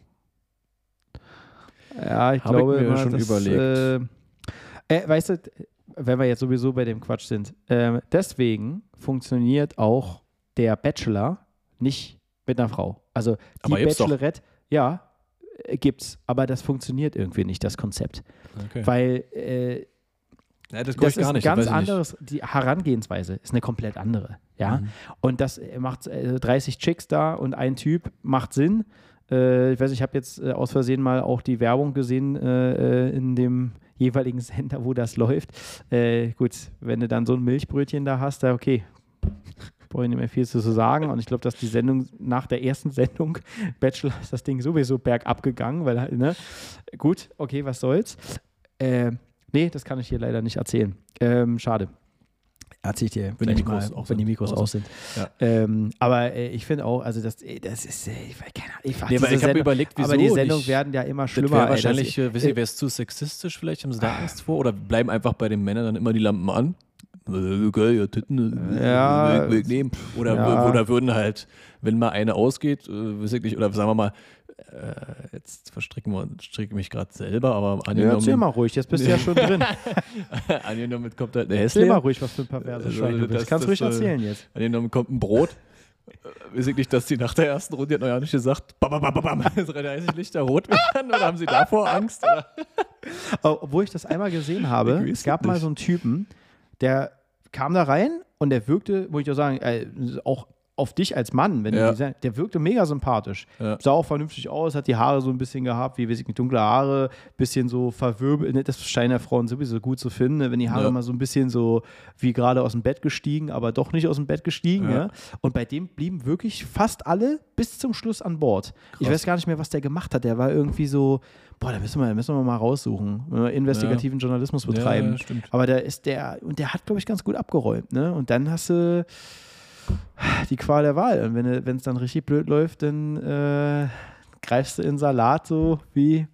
Ja, ich glaube, ich mir schon überlegt. Weißt du, wenn wir jetzt sowieso bei dem Quatsch sind, deswegen funktioniert auch der Bachelor nicht mit einer Frau. Also die Bachelorette, ja, gibt's, aber das funktioniert irgendwie nicht, das Konzept. Okay. Weil das ist gar nicht, ganz anderes, die Herangehensweise ist eine komplett andere. Ja? Und das macht 30 Chicks da und ein Typ macht Sinn. Ich weiß nicht, ich habe jetzt aus Versehen mal auch die Werbung gesehen in dem jeweiligen Sender, wo das läuft. Gut, wenn du dann so ein Milchbrötchen da hast, okay, brauche ich nicht mehr viel zu sagen. Und ich glaube, dass die Sendung nach der ersten Sendung Bachelor ist das Ding sowieso bergab gegangen, weil, ne? Gut, okay, was soll's. Nee, das kann ich hier leider nicht erzählen. Schade. Erzähl ich dir, wenn die Mikros aus sind. Ja. Aber ich finde auch, also das ist, ich habe überlegt, wieso. Aber die Sendungen werden ja immer schlimmer. Wahrscheinlich, wäre es zu sexistisch, vielleicht haben sie da Angst vor, oder bleiben einfach bei den Männern dann immer die Lampen an? Geil, ja, Titten, wegnehmen. Oder würden halt, wenn mal eine ausgeht, wirklich, oder sagen wir mal, jetzt verstricke mich gerade selber, aber angenommen... Ja, erzähl mal ruhig, jetzt bist du ja schon drin. Angenommen, kommt halt eine Häsliche. Erzähl mal ruhig, was für ein perverses Schwein du bist. Kannst ruhig erzählen jetzt. Angenommen, kommt ein Brot. Weiß ich nicht, dass die nach der ersten Runde, die hat noch ja nicht gesagt, bam, 30 Lichter rot werden, oder haben sie davor Angst? Oder? Obwohl ich das einmal gesehen habe, es gab mal so einen Typen, der kam da rein und der wirkte, muss ich auch sagen, auch auf dich als Mann, der wirkte mega sympathisch. Ja. Sah auch vernünftig aus, hat die Haare so ein bisschen gehabt, wie weiß ich nicht, dunkle Haare, bisschen so verwirbelt. Das scheinen ja Frauen sowieso gut zu finden, wenn die Haare mal so ein bisschen so wie gerade aus dem Bett gestiegen, aber doch nicht aus dem Bett gestiegen. Ja. Und bei dem blieben wirklich fast alle bis zum Schluss an Bord. Krass. Ich weiß gar nicht mehr, was der gemacht hat. Der war irgendwie so, da müssen wir mal raussuchen, investigativen Journalismus betreiben. Ja, stimmt. Aber der hat, glaube ich, ganz gut abgeräumt. Ne? Und dann hast du die Qual der Wahl. Und wenn es dann richtig blöd läuft, dann greifst du in Salat so wie...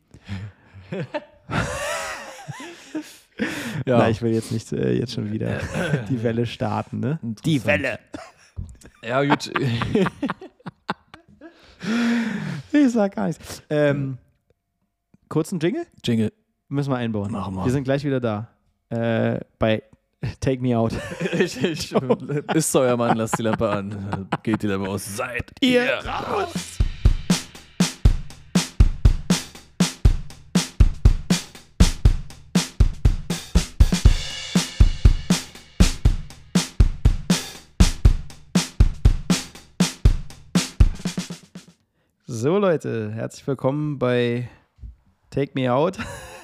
Na, ich will jetzt nicht jetzt schon wieder die Welle starten, ne? Die Welle! Ja, gut. Ich sag gar nichts. Kurzen Jingle? Jingle. Müssen wir einbauen. Machen wir. Wir sind gleich wieder da. Bei Take Me Out. Ist euer Mann, lasst die Lampe an. Geht die Lampe aus. Seid ihr raus! So Leute, herzlich willkommen bei Take Me Out.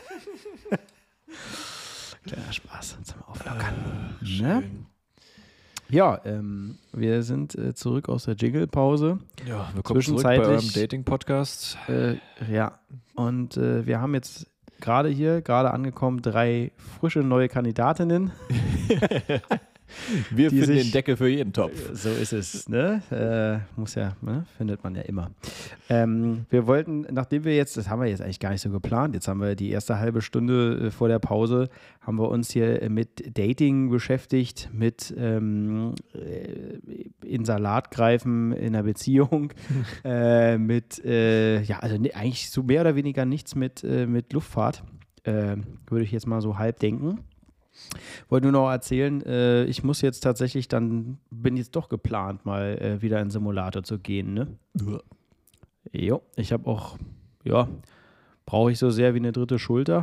Kleiner Spaß, jetzt mal auflockern. Schön. Ja, wir sind zurück aus der Jingle-Pause. Ja, willkommen zurück bei eurem Dating-Podcast. Ja, und wir haben jetzt gerade angekommen, 3 frische neue Kandidatinnen. Wir finden den Deckel für jeden Topf. So ist es, ne? Muss ja, ne? Findet man ja immer. Wir wollten, nachdem wir jetzt, das haben wir jetzt eigentlich gar nicht so geplant, jetzt haben wir die erste halbe Stunde vor der Pause, haben wir uns hier mit Dating beschäftigt, mit in Salat greifen in einer Beziehung, mit, also eigentlich so mehr oder weniger nichts mit Luftfahrt, würde ich jetzt mal so halb denken. Wollte nur noch erzählen, ich muss jetzt tatsächlich bin jetzt doch geplant, mal wieder in den Simulator zu gehen, ne? Ja. Jo, ich habe auch, ja, brauche ich so sehr wie eine dritte Schulter.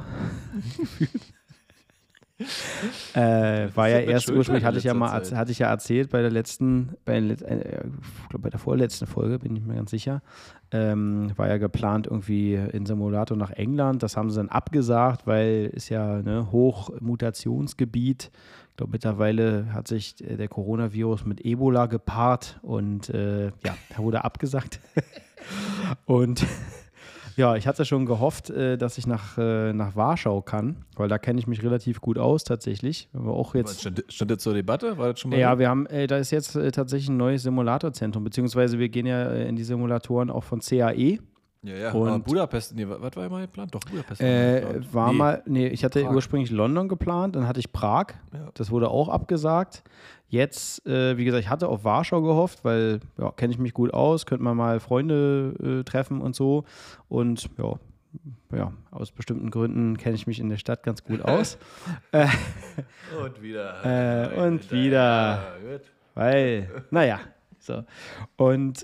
War ja erst ursprünglich, hatte ich ja erzählt bei der vorletzten Folge, bin ich mir ganz sicher, war ja geplant irgendwie in Simulator nach England. Das haben sie dann abgesagt, weil ist ja Hochmutationsgebiet. Ich glaube, mittlerweile hat sich der Coronavirus mit Ebola gepaart und da wurde abgesagt. Und ja, ich hatte schon gehofft, dass ich nach Warschau kann, weil da kenne ich mich relativ gut aus tatsächlich. Aber auch jetzt, stand jetzt zur Debatte? War das schon mal? Ja, wir haben, da ist jetzt tatsächlich ein neues Simulatorzentrum, beziehungsweise wir gehen ja in die Simulatoren auch von CAE. Ja. Und aber Budapest, was war immer geplant? Doch, Budapest ich hatte Prag. Ursprünglich London geplant, dann hatte ich Prag, Das wurde auch abgesagt. Jetzt, wie gesagt, ich hatte auf Warschau gehofft, weil, kenne ich mich gut aus, könnte man mal Freunde treffen und so und aus bestimmten Gründen kenne ich mich in der Stadt ganz gut aus. Und wieder. Ja, gut. Weil, so. Und,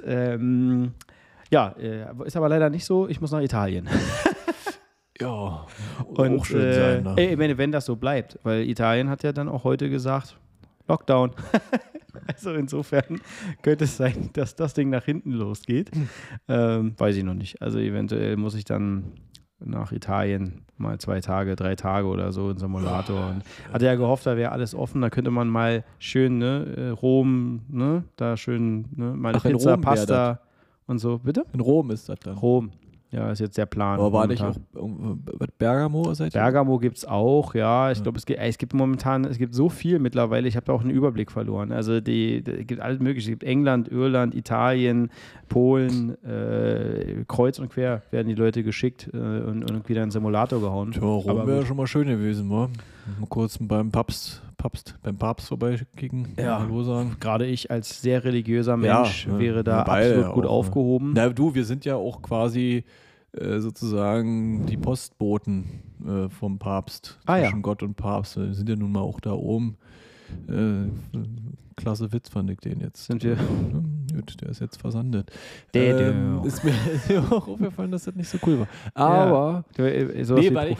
ist aber leider nicht so, ich muss nach Italien. Ja, und auch schön sein. Ne? Ich meine, wenn das so bleibt, weil Italien hat ja dann auch heute gesagt, Lockdown. Also insofern könnte es sein, dass das Ding nach hinten losgeht. Weiß ich noch nicht. Also eventuell muss ich dann nach Italien mal 2 Tage, 3 Tage oder so in Simulator. Und hatte ja gehofft, da wäre alles offen. Da könnte man mal schön, Rom, da schön, mal eine Pizza, Pasta und so. Bitte? In Rom ist das dann. Rom. Ja, ist jetzt der Plan. Aber war nicht auch Bergamo? Bergamo gibt es auch, ja. Ich glaube, es gibt so viel mittlerweile, ich habe da auch einen Überblick verloren. Also es gibt alles Mögliche. Es gibt England, Irland, Italien, Polen, kreuz und quer werden die Leute geschickt und wieder in den Simulator gehauen. Tja, Rom wäre schon mal schön gewesen, wa? Mal kurz beim Papst vorbeikicken, Hallo sagen. Gerade ich als sehr religiöser Mensch wäre da absolut gut aufgehoben. Na du, wir sind ja auch quasi sozusagen die Postboten vom Papst, zwischen Gott und Papst. Wir sind ja nun mal auch da oben. Klasse Witz fand ich den jetzt. Sind wir? Gut, der ist jetzt versandet. Ist mir auch aufgefallen, dass das nicht so cool war. Aber ist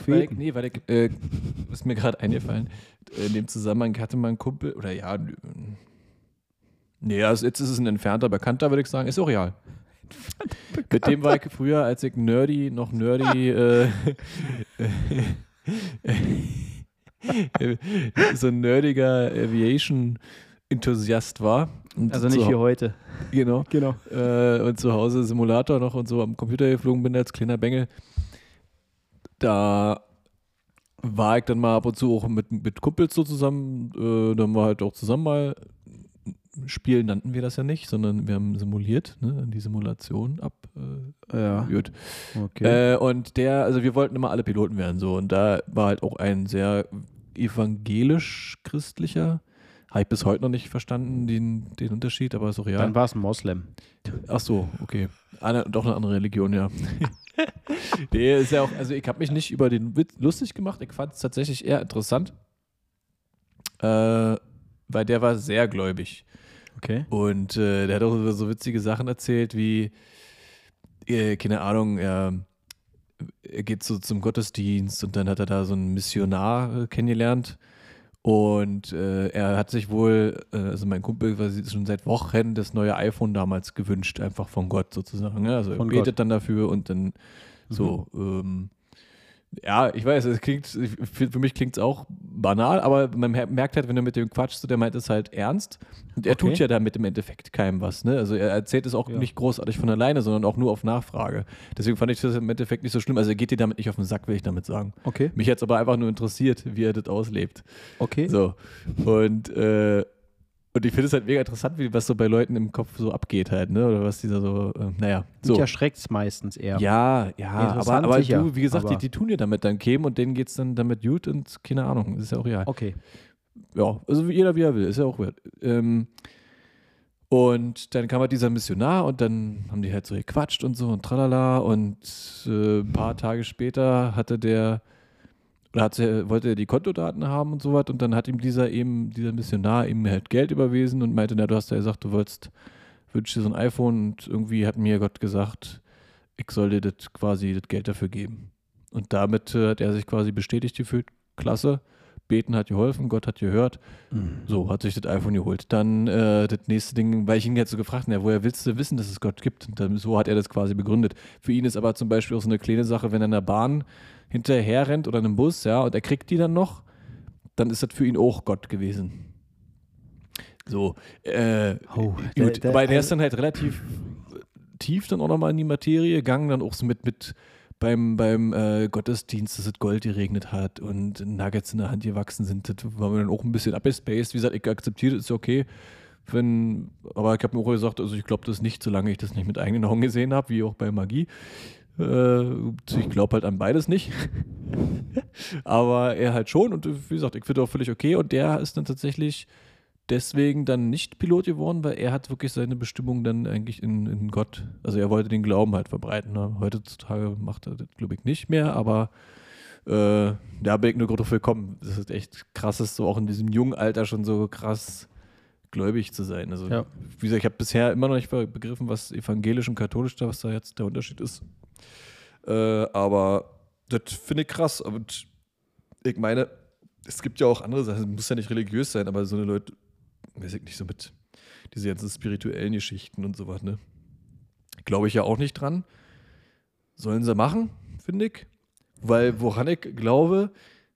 mir gerade eingefallen. In dem Zusammenhang hatte mein Kumpel, jetzt ist es ein entfernter Bekannter, würde ich sagen. Ist auch real. Mit dem war ich früher, als ich noch nerdy so ein nerdiger Aviation-Enthusiast war. Und also nicht wie heute. Genau. Und zu Hause Simulator noch und so am Computer geflogen bin als kleiner Bengel. Da war ich dann mal ab und zu auch mit Kumpels so zusammen. Dann war halt auch zusammen mal Spielen, nannten wir das ja nicht, sondern wir haben simuliert, die Simulation ab. Gut. Okay. Und wir wollten immer alle Piloten werden, so. Und da war halt auch ein sehr evangelisch-christlicher. Habe ich bis heute noch nicht verstanden, den Unterschied, aber ist auch real. Dann war es ein Moslem. Ach so, okay. Doch eine andere Religion, ja. Nee, ist ja auch, also ich habe mich nicht über den Witz lustig gemacht, ich fand es tatsächlich eher interessant, weil der war sehr gläubig. Okay. Und der hat auch so witzige Sachen erzählt, wie, keine Ahnung, er geht so zum Gottesdienst und dann hat er da so einen Missionar kennengelernt Und er hat sich wohl, also mein Kumpel quasi schon seit Wochen das neue iPhone damals gewünscht, einfach von Gott sozusagen. Ne? Also er betet dann dafür und dann so, ja, ich weiß, für mich klingt es auch banal, aber man merkt halt, wenn du mit dem quatschst, der meint es halt ernst und er tut ja damit im Endeffekt keinem was. Ne? Also er erzählt es auch nicht großartig von alleine, sondern auch nur auf Nachfrage. Deswegen fand ich das im Endeffekt nicht so schlimm. Also er geht dir damit nicht auf den Sack, will ich damit sagen. Okay. Mich hat es aber einfach nur interessiert, wie er das auslebt. Okay. So. Und ich finde es halt mega interessant, was so bei Leuten im Kopf so abgeht halt, ne? Oder was dieser so, naja. So. Mich erschreckt es meistens eher. Ja, aber sicher, du, wie gesagt, aber die tun dir damit dann kämen und denen geht es dann damit gut und keine Ahnung, ist ja auch real. Okay. Ja, also jeder wie er will, ist ja auch wert. Und dann kam halt dieser Missionar und dann haben die halt so gequatscht und so und tralala und ein paar Tage später wollte er die Kontodaten haben und so was und dann hat ihm dieser Missionar ihm halt Geld überwiesen und meinte, na, du hast ja gesagt, du wünschst dir so ein iPhone und irgendwie hat mir Gott gesagt, ich soll dir das Geld dafür geben. Und damit hat er sich quasi bestätigt gefühlt, klasse, beten hat geholfen, Gott hat gehört, so, hat sich das iPhone geholt. Dann das nächste Ding, weil ich ihn jetzt so gefragt habe, woher willst du wissen, dass es Gott gibt? Und dann, so hat er das quasi begründet. Für ihn ist aber zum Beispiel auch so eine kleine Sache, wenn er in der Bahn hinterher rennt oder in einem Bus, ja, und er kriegt die dann noch, dann ist das für ihn auch Gott gewesen. So, gut, aber der ist dann halt relativ tief dann auch nochmal in die Materie gegangen, dann auch so mit beim Gottesdienst, dass es Gold geregnet hat und Nuggets in der Hand gewachsen sind, das war mir dann auch ein bisschen abgespaced. Wie gesagt, ich akzeptiere das, ist ja okay. Aber ich habe mir auch gesagt, also ich glaube das nicht, solange ich das nicht mit eigenen Augen gesehen habe, wie auch bei Magie. Ich glaube halt an beides nicht. Aber er halt schon und wie gesagt, ich finde auch völlig okay und der ist dann tatsächlich deswegen dann nicht Pilot geworden, weil er hat wirklich seine Bestimmung dann eigentlich in Gott, also er wollte den Glauben halt verbreiten. Ne? Heutzutage macht er das, glaube ich, nicht mehr, aber da bin ich nur gerade willkommen. Das ist echt krass, so auch in diesem jungen Alter schon so krass gläubig zu sein. Also wie gesagt, ich habe bisher immer noch nicht begriffen, was evangelisch und katholisch da, was da jetzt der Unterschied ist. Aber das finde ich krass. Und ich meine, es gibt ja auch andere Sachen, es muss ja nicht religiös sein, aber so eine Leute, weiß ich nicht, so mit diese ganzen spirituellen Geschichten und sowas, ne? Glaube ich ja auch nicht dran. Sollen sie machen, finde ich. Weil woran ich glaube,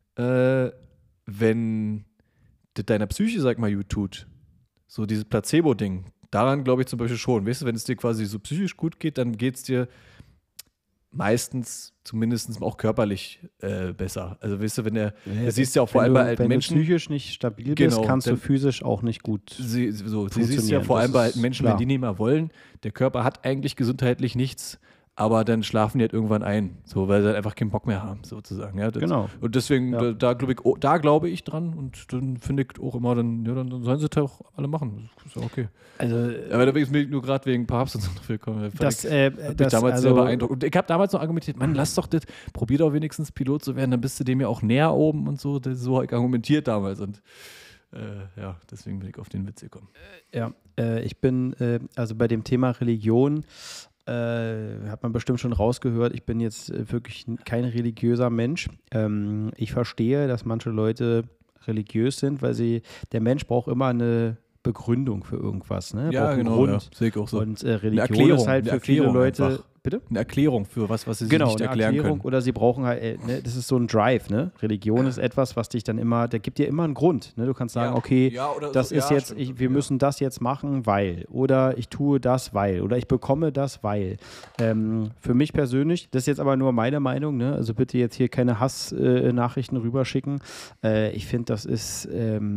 wenn das deiner Psyche, sag mal, gut tut, so dieses Placebo-Ding, daran glaube ich zum Beispiel schon. Weißt du, wenn es dir quasi so psychisch gut geht, dann geht es dir meistens zumindest auch körperlich besser. Also weißt du, das siehst du ja auch vor allem bei alten Menschen. Wenn du psychisch nicht stabil bist, kannst du physisch auch nicht gut funktionieren. Sie siehst ja vor allem bei alten Menschen, wenn die nicht mehr wollen, der Körper hat eigentlich gesundheitlich nichts, aber dann schlafen die halt irgendwann ein, so, weil sie halt einfach keinen Bock mehr haben, sozusagen. Ja, genau. Und deswegen, da glaube ich dran und dann finde ich auch immer, dann sollen sie das auch alle machen. Das ist ja okay. Also, aber da bin ich nur gerade wegen Papst und so noch willkommen. Das hat mich damals sehr beeindruckt. Und ich habe damals noch argumentiert, Mann, lass doch das, probier doch wenigstens Pilot zu werden, dann bist du dem ja auch näher oben und so. So habe ich argumentiert damals und deswegen bin ich auf den Witz gekommen. Ich bin, also bei dem Thema Religion, hat man bestimmt schon rausgehört, ich bin jetzt wirklich kein religiöser Mensch. Ich verstehe, dass manche Leute religiös sind, weil der Mensch braucht immer eine Begründung für irgendwas. Ne? Ja, genau, ja. Sehe ich auch so. Und Religion ist halt für viele Leute... Einfach. Bitte? Eine Erklärung für was sie sich nicht erklären können. Oder sie brauchen halt, das ist so ein Drive, ne? Religion ist etwas, was dich dann immer, der gibt dir immer einen Grund, ne? Du kannst sagen, das ist jetzt, wir müssen das jetzt machen, weil, oder ich tue das, weil, oder ich bekomme das, weil. Für mich persönlich, das ist jetzt aber nur meine Meinung, ne? Also bitte jetzt hier keine Hassnachrichten rüberschicken. Ich finde, das ist,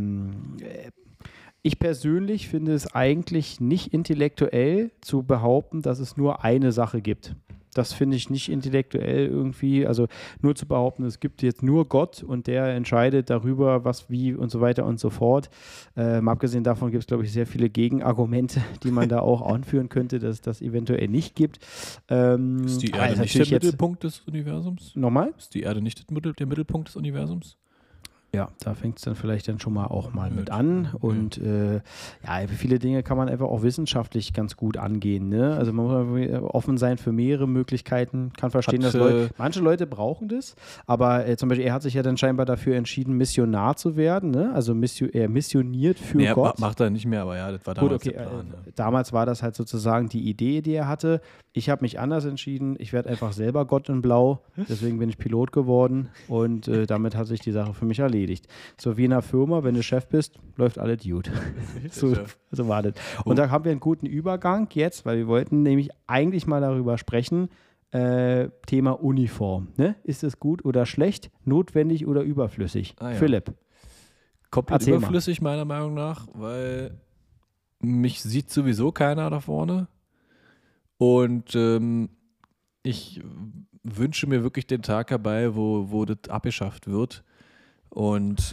ich persönlich finde es eigentlich nicht intellektuell zu behaupten, dass es nur eine Sache gibt. Das finde ich nicht intellektuell irgendwie, also nur zu behaupten, es gibt jetzt nur Gott und der entscheidet darüber, was, wie und so weiter und so fort. Mal abgesehen davon gibt es, glaube ich, sehr viele Gegenargumente, die man da auch anführen könnte, dass es das eventuell nicht gibt. Ist die Erde nicht der Mittelpunkt des Universums? Nochmal? Ist die Erde nicht der Mittelpunkt des Universums? Ja, da fängt es dann vielleicht dann schon mal auch mal mit an. Und viele Dinge kann man einfach auch wissenschaftlich ganz gut angehen. Ne? Also man muss offen sein für mehrere Möglichkeiten. Kann verstehen, dass manche Leute brauchen das. Aber zum Beispiel, er hat sich ja dann scheinbar dafür entschieden, Missionar zu werden. Ne? Also er missioniert für Gott. Macht er nicht mehr, aber ja, das war damals der Plan. Damals war das halt sozusagen die Idee, die er hatte. Ich habe mich anders entschieden. Ich werde einfach selber Gott in Blau. Deswegen bin ich Pilot geworden. Und damit hat sich die Sache für mich erledigt. So wie in einer Firma, wenn du Chef bist, läuft alles gut. So war das. Und da haben wir einen guten Übergang jetzt, weil wir wollten nämlich eigentlich mal darüber sprechen, Thema Uniform. Ne? Ist es gut oder schlecht, notwendig oder überflüssig? Philipp. Komplett überflüssig meiner Meinung nach, weil mich sieht sowieso keiner da vorne. Und ich wünsche mir wirklich den Tag herbei, wo das abgeschafft wird. Und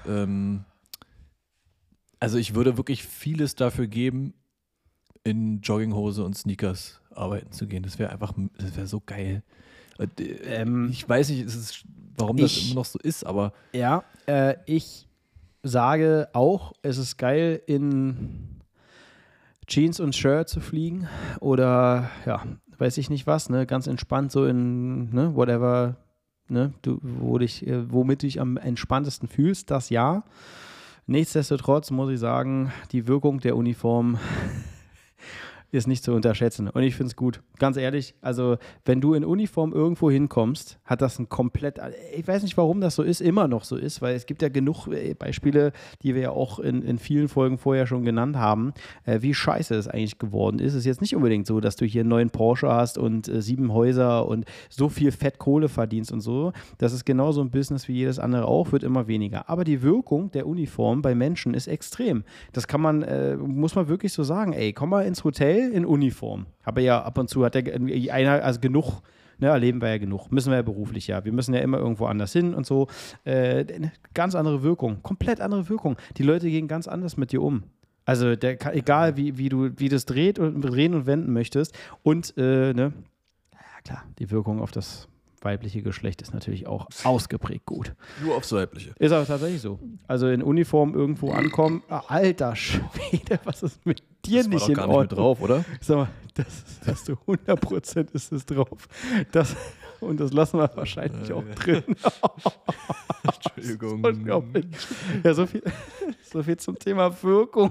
also ich würde wirklich vieles dafür geben, in Jogginghose und Sneakers arbeiten zu gehen. Das wäre so geil. Ich weiß nicht, warum das immer noch so ist, aber... Ja, ich sage auch, es ist geil, in Jeans und Shirt zu fliegen oder, weiß ich nicht was, ne, ganz entspannt so in, ne, whatever... Ne, womit du dich am entspanntesten fühlst, das ja. Nichtsdestotrotz muss ich sagen, die Wirkung der Uniform ist nicht zu unterschätzen. Und ich finde es gut. Ganz ehrlich, also wenn du in Uniform irgendwo hinkommst, hat das ein komplett, ich weiß nicht, warum das so ist, immer noch so ist, weil es gibt ja genug Beispiele, die wir ja auch in vielen Folgen vorher schon genannt haben, wie scheiße es eigentlich geworden ist. Es ist jetzt nicht unbedingt so, dass du hier einen neuen Porsche hast und 7 Häuser und so viel Fettkohle verdienst und so. Das ist genauso ein Business wie jedes andere auch, wird immer weniger. Aber die Wirkung der Uniform bei Menschen ist extrem. Das kann man, muss man wirklich so sagen, ey, komm mal ins Hotel in Uniform. Aber ja, ab und zu hat einer, also genug, ne, erleben wir ja genug. Müssen wir ja beruflich, ja. Wir müssen ja immer irgendwo anders hin und so. Ganz andere Wirkung, komplett andere Wirkung. Die Leute gehen ganz anders mit dir um. Also egal, wie du das drehen und wenden möchtest. Und, ne, ja klar, die Wirkung auf das weibliche Geschlecht ist natürlich auch ausgeprägt gut. Nur aufs Weibliche. Ist aber tatsächlich so. Also in Uniform irgendwo ankommen, alter Schwede, was ist mit dir das nicht in Ordnung? Nicht mit drauf, oder? Sag mal, das hast du 100% ist es drauf. Und das lassen wir wahrscheinlich auch drin. Entschuldigung. Unglaublich. Ja, so viel zum Thema Wirkung.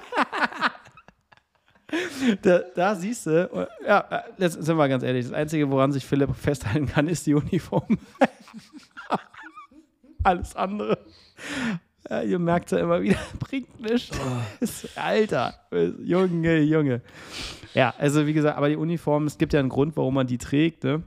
Da siehst du, ja, jetzt sind wir ganz ehrlich, das Einzige, woran sich Philipp festhalten kann, ist die Uniform. Alles andere, ja, ihr merkt es ja immer wieder, bringt nichts. Alter, Junge. Ja, also wie gesagt, aber die Uniform, es gibt ja einen Grund, warum man die trägt, ne?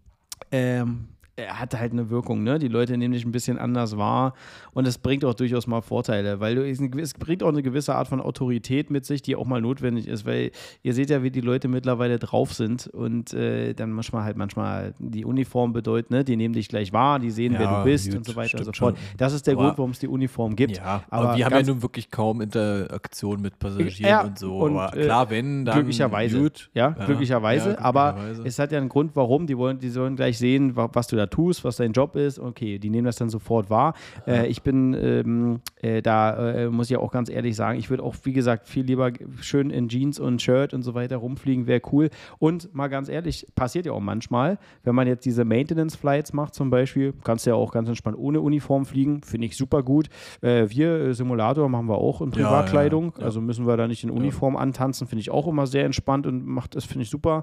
Er hat halt eine Wirkung, ne? Die Leute nehmen dich ein bisschen anders wahr und es bringt auch durchaus mal Vorteile, weil es bringt auch eine gewisse Art von Autorität mit sich, die auch mal notwendig ist, weil ihr seht ja, wie die Leute mittlerweile drauf sind und dann manchmal die Uniform bedeutet, ne? Die nehmen dich gleich wahr, die sehen, wer du bist gut, und so weiter und so fort. Das ist der Grund, warum es die Uniform gibt. Ja, aber wir haben ja nun wirklich kaum Interaktion mit Passagieren und so. Und, aber klar, wenn, dann glücklicherweise. Gut. Glücklicherweise. Aber es hat ja einen Grund, warum. Die sollen gleich sehen, was du da tust, was dein Job ist. Okay, die nehmen das dann sofort wahr. Ich bin muss ich auch ganz ehrlich sagen, ich würde auch, wie gesagt, viel lieber schön in Jeans und Shirt und so weiter rumfliegen, wäre cool. Und mal ganz ehrlich, passiert ja auch manchmal, wenn man jetzt diese Maintenance-Flights macht zum Beispiel, kannst du ja auch ganz entspannt ohne Uniform fliegen, finde ich super gut. Simulator machen wir auch in Privatkleidung, also müssen wir da nicht in Uniform antanzen, finde ich auch immer sehr entspannt und das finde ich super.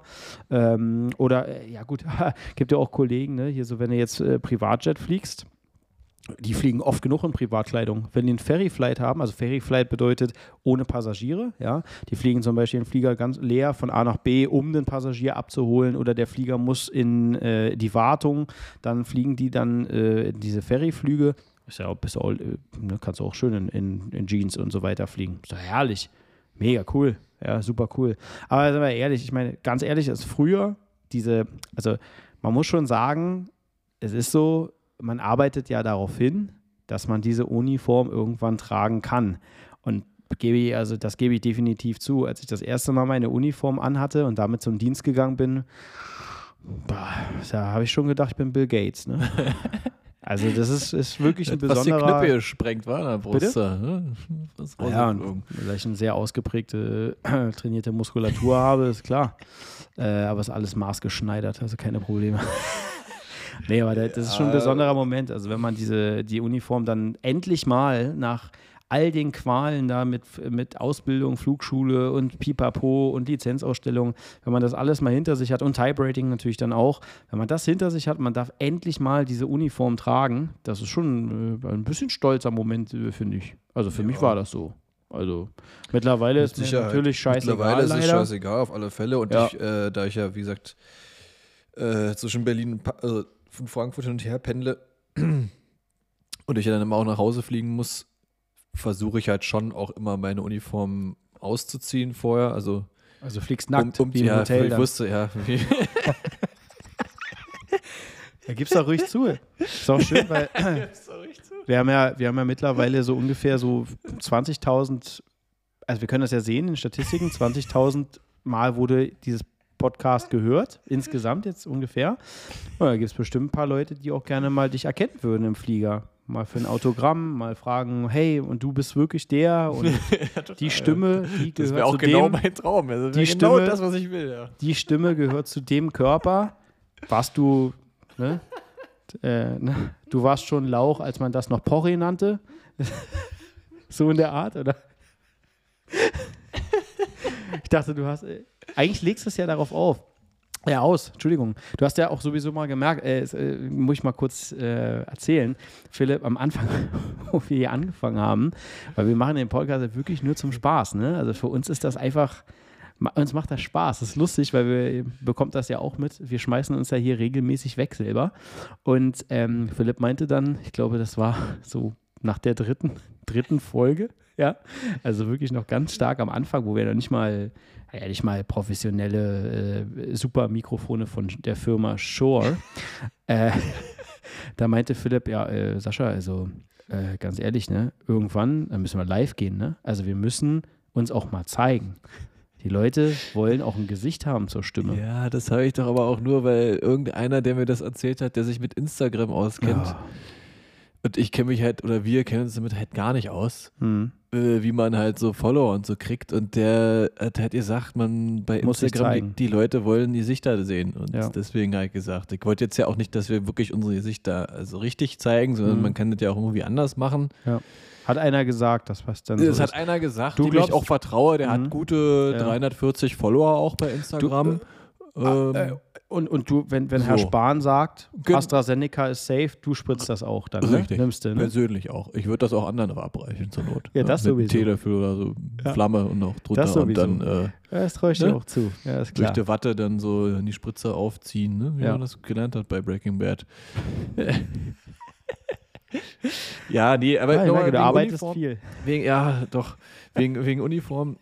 Gibt ja auch Kollegen, ne, hier so, wenn du jetzt Privatjet fliegst, die fliegen oft genug in Privatkleidung. Wenn die einen Ferryflight haben, also Ferryflight bedeutet ohne Passagiere, ja, die fliegen zum Beispiel den Flieger ganz leer von A nach B, um den Passagier abzuholen oder der Flieger muss in die Wartung, dann fliegen die dann diese Ferryflüge, kannst du auch schön in Jeans und so weiter fliegen. Ist doch herrlich. Mega cool. Ja, super cool. Aber sind wir ehrlich, ich meine, ganz ehrlich, als früher man muss schon sagen, es ist so, man arbeitet ja darauf hin, dass man diese Uniform irgendwann tragen kann. Und das gebe ich definitiv zu. Als ich das erste Mal meine Uniform anhatte und damit zum Dienst gegangen bin, da habe ich schon gedacht, ich bin Bill Gates. Ne? Also das ist wirklich ein Was die besonderer... Knöpfe gesprengt war an der Brust. Da, ne? Das Ja, und weil ich eine sehr ausgeprägte, trainierte Muskulatur habe, ist klar. Aber ist alles maßgeschneidert, also keine Probleme. Nee, aber das ist schon ein besonderer Moment. Also wenn man die Uniform dann endlich mal nach all den Qualen da mit Ausbildung, Flugschule und Pipapo und Lizenzausstellung, wenn man das alles mal hinter sich hat und Type-Rating natürlich dann auch, wenn man das hinter sich hat, man darf endlich mal diese Uniform tragen, das ist schon ein bisschen stolzer Moment, finde ich. Also für mich war das so. Also mittlerweile ist mir natürlich scheißegal. Mittlerweile ist es leider. scheißegal, auf alle Fälle. Und Ja. da ich ja, wie gesagt, zwischen Berlin und von Frankfurt hin und her pendle und ich ja dann immer auch nach Hause fliegen muss, versuche ich halt schon auch immer meine Uniform auszuziehen vorher. Also fliegst nackt wie im ja, Hotel ich dann. wusste, ja. Da gib's doch ruhig zu. Ist auch schön, weil wir haben ja mittlerweile so ungefähr so 20.000, also wir können das ja sehen in Statistiken, 20.000 Mal wurde dieses Podcast gehört, insgesamt jetzt ungefähr. Und da gibt es bestimmt ein paar Leute, die auch gerne mal dich erkennen würden im Flieger. Mal für ein Autogramm, mal fragen, hey, und du bist wirklich der? Und die Stimme, die Das gehört wäre auch zu genau dem. mein Traum. Also das Die wäre genau Stimme- das, was ich will. Ja. Die Stimme gehört zu dem Körper, was du, ne? Du warst schon Lauch, als man das noch Porree nannte. So in der Art, oder? Ich dachte, du hast, eigentlich legst du es ja darauf auf. Ja, Entschuldigung. Du hast ja auch sowieso mal gemerkt, muss ich mal kurz erzählen, Philipp, am Anfang, wo wir hier angefangen haben, weil wir machen den Podcast ja wirklich nur zum Spaß, ne? Also für uns ist das einfach, uns macht das Spaß. Das ist lustig, weil wir bekommt das ja auch mit. Wir schmeißen uns ja hier regelmäßig weg selber. Und Philipp meinte dann, ich glaube, das war so nach der dritten Folge, ja, also wirklich noch ganz stark am Anfang, wo wir noch nicht mal professionelle super Mikrofone von der Firma Shure. Da meinte Philipp, ja, Sascha, also ganz ehrlich, ne, irgendwann müssen wir live gehen, ne? Also wir müssen uns auch mal zeigen. Die Leute wollen auch ein Gesicht haben zur Stimme. Ja, das habe ich doch aber auch nur, weil irgendeiner, der mir das erzählt hat, der sich mit Instagram auskennt. Ja. Und ich kenne mich halt, oder wir kennen uns damit halt gar nicht aus, wie man halt so Follower und so kriegt. Und der hat halt gesagt, man bei Muss sich Instagram, zeigen. die Leute wollen die Gesichter sehen. Und Ja. deswegen habe ich gesagt, ich wollte jetzt ja auch nicht, dass wir wirklich unsere Gesichter also richtig zeigen, sondern man kann das ja auch irgendwie anders machen. Ja. Hat einer gesagt, das was dann Das so hat ist. einer gesagt, Du dem glaubst- ich auch vertraue, der hat gute Ja. 340 Follower auch bei Instagram. Und du, wenn Herr So. Spahn sagt, Gen- AstraZeneca ist safe, du spritzt das auch dann, ne? Richtig. Nimmst du, ne? Persönlich auch. Ich würde das auch anderen verabreichen zur Not. Ja, das mit einem sowieso. Teelöffel oder so Ja. Flamme und noch drunter Das und sowieso. dann Ja, das traue ich dir Ne? auch zu. Ja, ist durch klar. die Watte dann so in die Spritze aufziehen, ne? Wie Ja. man das gelernt hat bei Breaking Bad. Ja, nee, aber Ja, ich nochmal merke, du wegen arbeitest Uniform, viel. wegen Uniform.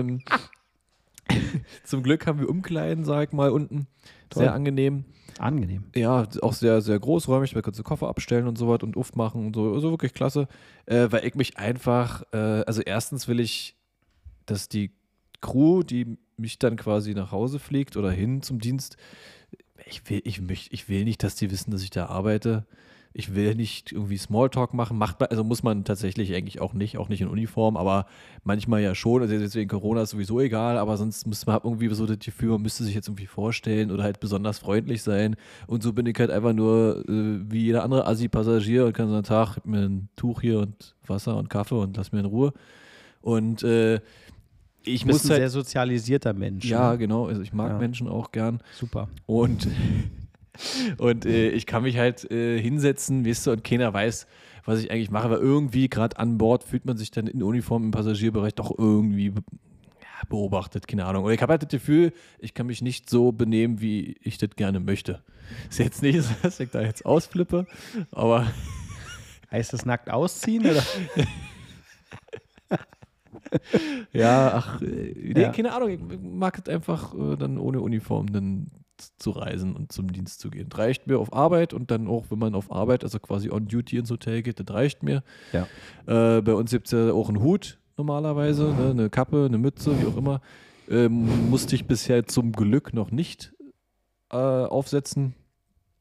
Zum Glück haben wir Umkleiden, sag ich mal, unten. Toll. Sehr angenehm. Angenehm. Ja, auch sehr, sehr großräumig. Man kann so Koffer abstellen und so was und aufmachen und so. Also wirklich klasse. Weil ich mich einfach, also erstens will ich, dass die Crew, die mich dann quasi nach Hause fliegt oder hin zum Dienst, ich will nicht, dass die wissen, dass ich da arbeite. Ich will nicht irgendwie Smalltalk machen. Muss man tatsächlich eigentlich auch nicht in Uniform, aber manchmal ja schon. Also deswegen Corona ist sowieso egal, aber sonst muss man irgendwie so das Gefühl, man müsste sich jetzt irgendwie vorstellen oder halt besonders freundlich sein. Und so bin ich halt einfach nur wie jeder andere Assi-Passagier und kann so einen Tag, hab mir ein Tuch hier und Wasser und Kaffee und lass mir in Ruhe. Und ich Du bist muss ein halt. sehr sozialisierter Mensch. Ja, Ne? genau. Also ich mag Ja. Menschen auch gern. Super. Und ich kann mich halt hinsetzen, weißt du, und keiner weiß, was ich eigentlich mache, weil irgendwie gerade an Bord fühlt man sich dann in Uniform im Passagierbereich doch irgendwie beobachtet, keine Ahnung. Oder ich habe halt das Gefühl, ich kann mich nicht so benehmen, wie ich das gerne möchte. Ist jetzt nicht so, dass ich da jetzt ausflippe, aber Heißt das nackt ausziehen? Oder? ja, nee, Ja. keine Ahnung, ich mag es einfach dann ohne Uniform dann zu reisen und zum Dienst zu gehen. Das reicht mir auf Arbeit und dann auch, wenn man auf Arbeit, also quasi on duty ins Hotel geht, das reicht mir. Ja. Bei uns gibt es ja auch einen Hut normalerweise, ne, eine Kappe, eine Mütze, wie auch immer. Musste ich bisher zum Glück noch nicht aufsetzen.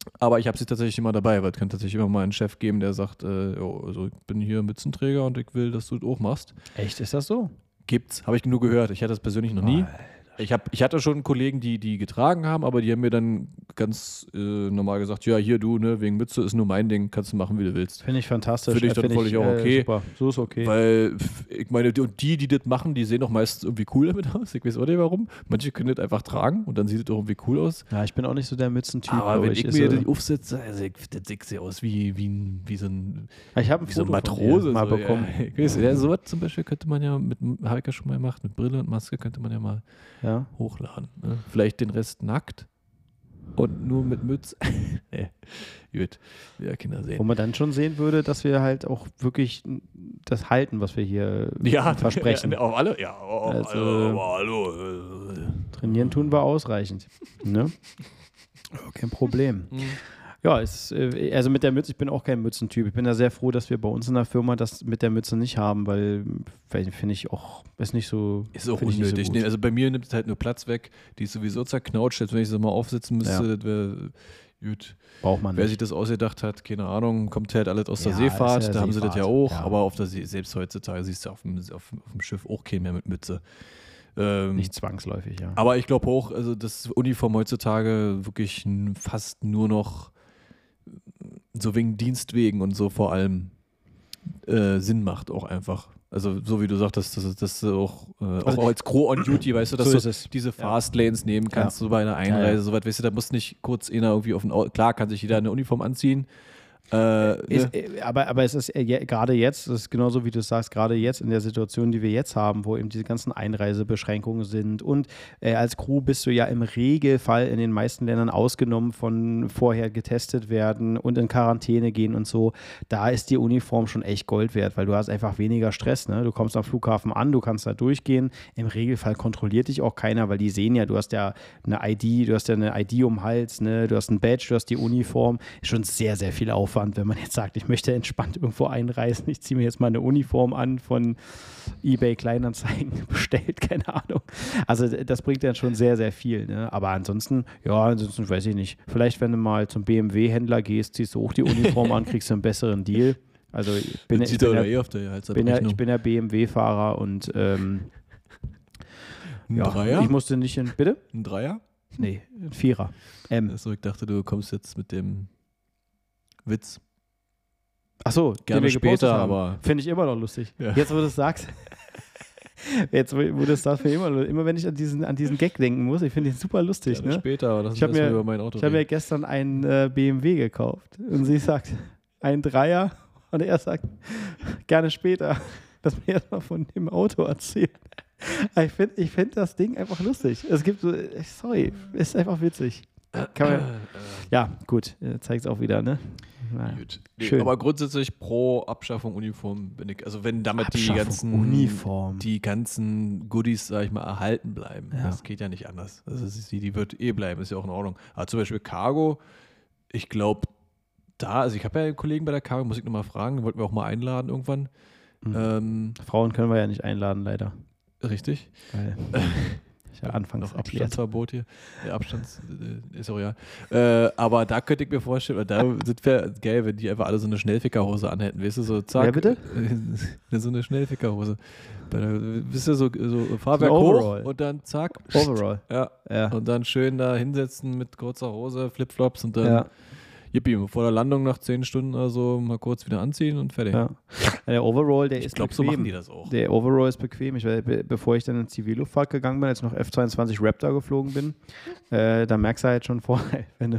Aber ich habe sie tatsächlich immer dabei, weil es kann tatsächlich immer mal einen Chef geben, der sagt, also ich bin hier Mützenträger und ich will, dass du das auch machst. Echt, ist das so? Gibt's, habe ich nur gehört. Ich hatte das persönlich noch nie. Ich hatte schon Kollegen, die getragen haben, aber die haben mir dann ganz normal gesagt, ja, hier du, ne, wegen Mütze ist nur mein Ding, kannst du machen, wie du willst. Finde ich fantastisch. Finde ich dann völlig auch okay. Super, so ist okay. Weil, ich meine, die das machen, die sehen doch meistens irgendwie cool damit aus. Ich weiß auch nicht warum. Manche können das einfach tragen und dann sieht es doch irgendwie cool aus. Ja, ich bin auch nicht so der Mützentyp. Aber wenn ich mir die aufsetze, also das sieht sehr aus wie so ein, ich habe wie so ein Matrose mal so, bekommen. Ja, ich weiß, ja, sowas zum Beispiel könnte man ja, habe ich ja schon mal gemacht, mit Brille und Maske könnte man ja mal hochladen. Ne? Vielleicht den Rest nackt und nur mit Mütze. Nee, gut, ja, Kinder sehen. Wo man dann schon sehen würde, dass wir halt auch wirklich das halten, was wir hier versprechen. Ja, auf alle, ja, hallo. Trainieren tun wir ausreichend. Ne? Kein Problem. Ja, also mit der Mütze, ich bin auch kein Mützentyp. Ich bin da sehr froh, dass wir bei uns in der Firma das mit der Mütze nicht haben, weil finde ich auch, ist nicht so. Ist auch unnötig. So also bei mir nimmt es halt nur Platz weg. Die ist sowieso zerknautscht, als wenn ich sie mal aufsitzen müsste. Das wäre gut. Braucht man nicht. Wer sich das ausgedacht hat, keine Ahnung, kommt halt alles aus der Seefahrt. Da haben sie das ja auch. Ja. Aber auf der selbst heutzutage siehst du auf dem Schiff auch keinen mehr mit Mütze. Nicht zwangsläufig, ja. Aber ich glaube auch, also das Uniform heutzutage wirklich fast nur noch so wegen Dienstwegen und so vor allem Sinn macht auch einfach. Also so wie du sagtest, dass auch als Crew on Duty, weißt du, dass du diese Fastlanes nehmen kannst, so bei einer Einreise, so weit, weißt du, da muss nicht kurz einer irgendwie klar kann sich jeder eine Uniform anziehen. Aber es ist gerade jetzt, das ist genauso wie du sagst, gerade jetzt in der Situation, die wir jetzt haben, wo eben diese ganzen Einreisebeschränkungen sind und als Crew bist du ja im Regelfall in den meisten Ländern ausgenommen von vorher getestet werden und in Quarantäne gehen und so, da ist die Uniform schon echt Gold wert, weil du hast einfach weniger Stress, ne? Du kommst am Flughafen an, du kannst da durchgehen, im Regelfall kontrolliert dich auch keiner, weil die sehen ja, du hast ja eine ID, um den Hals, ne? Du hast ein Badge, du hast die Uniform, ist schon sehr, sehr viel Aufwand, wenn man jetzt sagt, ich möchte entspannt irgendwo einreisen, ich ziehe mir jetzt mal eine Uniform an von eBay Kleinanzeigen bestellt, keine Ahnung. Also das bringt dann schon sehr, sehr viel. Ne? Aber ansonsten weiß ich nicht. Vielleicht, wenn du mal zum BMW-Händler gehst, ziehst du auch die Uniform an, kriegst du einen besseren Deal. Also ich bin ja BMW-Fahrer und ein Dreier? Ich musste nicht bitte? Ein Dreier? Nee, ein Vierer. Also ich dachte, du kommst jetzt mit dem Witz. Achso, gerne später, aber. Finde ich immer noch lustig. Ja. Jetzt, wo du es sagst. Immer wenn ich an diesen Gag denken muss, ich finde ihn super lustig. Gerne später, aber das ist über mein Auto. Ich habe mir gestern einen BMW gekauft und sie sagt, ein Dreier und er sagt, gerne später. Lass mir erstmal von dem Auto erzählen. Ich find das Ding einfach lustig. Es gibt so, ist einfach witzig. Ja, gut, zeigt es auch wieder, ne? Ja, schön. Aber grundsätzlich pro Abschaffung Uniform bin ich, also wenn damit die ganzen Goodies, sag ich mal, erhalten bleiben. Ja. Das geht ja nicht anders. Also die wird bleiben, ist ja auch in Ordnung. Aber zum Beispiel Cargo, ich glaube, also ich habe ja einen Kollegen bei der Cargo, muss ich nochmal fragen, wollten wir auch mal einladen irgendwann. Frauen können wir ja nicht einladen, leider. Richtig. Weil ja anfangs noch Abstandsverbot hier. Ist auch ja. Aber da könnte ich mir vorstellen, da sind wir geil, wenn die einfach alle so eine Schnellfickerhose anhätten, weißt du, so zack. Ja, bitte? So eine Schnellfickerhose. Wisst ihr, so Fahrwerk hoch und dann zack. Overall. Ja. Und dann schön da hinsetzen mit kurzer Hose, Flipflops und dann Yippie, vor der Landung nach 10 Stunden oder so mal kurz wieder anziehen und fertig. Ja. Der Overall, ich glaube, so machen die das auch. Der Overall ist bequem. Bevor ich dann in Zivilluftfahrt gegangen bin, als ich noch F-22 Raptor geflogen bin, da merkst du halt schon vorher, wenn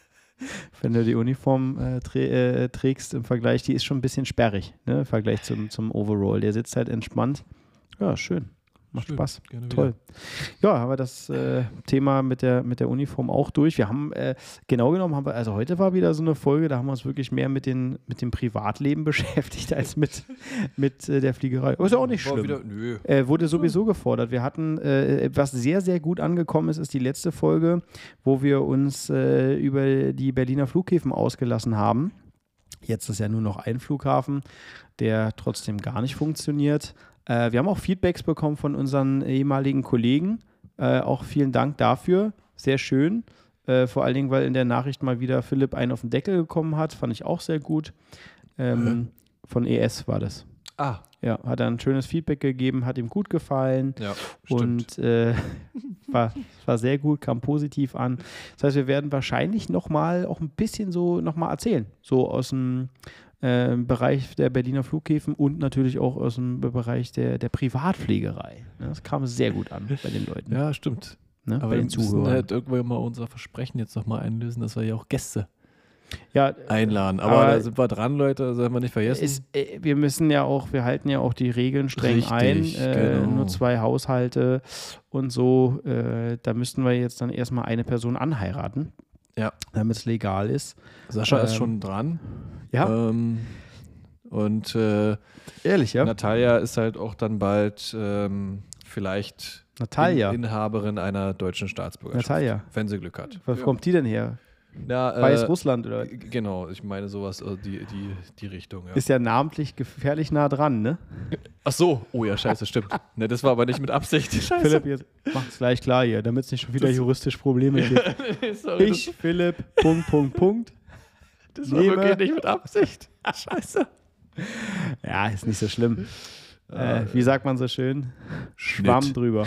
du die Uniform trägst im Vergleich, die ist schon ein bisschen sperrig, ne, im Vergleich zum Overall. Der sitzt halt entspannt. Ja, schön. Macht Spaß. Toll. Ja, haben wir das Thema mit der Uniform auch durch. Wir haben, genau genommen, also heute war wieder so eine Folge, da haben wir uns wirklich mehr mit dem Privatleben beschäftigt, als mit der Fliegerei. Aber ist ja auch nicht schlimm. Wurde sowieso gefordert. Wir hatten, was sehr, sehr gut angekommen ist die letzte Folge, wo wir uns über die Berliner Flughäfen ausgelassen haben. Jetzt ist ja nur noch ein Flughafen, der trotzdem gar nicht funktioniert. Wir haben auch Feedbacks bekommen von unseren ehemaligen Kollegen. Auch vielen Dank dafür. Sehr schön. Vor allen Dingen, weil in der Nachricht mal wieder Philipp einen auf den Deckel bekommen hat. Fand ich auch sehr gut. Von ES war das. Ah. Ja, hat er ein schönes Feedback gegeben, hat ihm gut gefallen. Ja, und war sehr gut, kam positiv an. Das heißt, wir werden wahrscheinlich nochmal auch ein bisschen so nochmal erzählen. So aus dem Bereich der Berliner Flughäfen und natürlich auch aus dem Bereich der Privatfliegerei. Ja, das kam sehr gut an bei den Leuten. Ja, stimmt. Ne? Aber Bei wir den müssen Zuhörern. halt irgendwann mal unser Versprechen jetzt nochmal einlösen, dass wir ja auch Gäste Ja, einladen. Aber da sind wir dran, Leute, das soll man nicht vergessen. wir müssen ja auch, wir halten ja auch die Regeln streng Richtig, ein. genau. Nur 2 Haushalte und so. Da müssten wir jetzt dann erstmal eine Person anheiraten, Ja. damit es legal ist. Sascha ist schon dran. Ja, Und ehrlich, ja. Natalia ist halt auch dann bald vielleicht Natalia. Inhaberin einer deutschen Staatsbürgerschaft. Natalia. Wenn sie Glück hat. Wo kommt die denn her? Ja, Weißrussland oder? Genau, ich meine sowas, die Richtung. Ja. Ist ja namentlich gefährlich nah dran, ne? Ach so, oh ja, scheiße, stimmt. Ne, das war aber nicht mit Absicht. Scheiße. Philipp, jetzt macht's gleich klar hier, damit es nicht schon wieder juristisch Probleme gibt. Sorry, Ich, Philipp, Punkt. das war wirklich nicht mit Absicht. Scheiße. Ja, ist nicht so schlimm. Wie sagt man so schön? Schwamm drüber.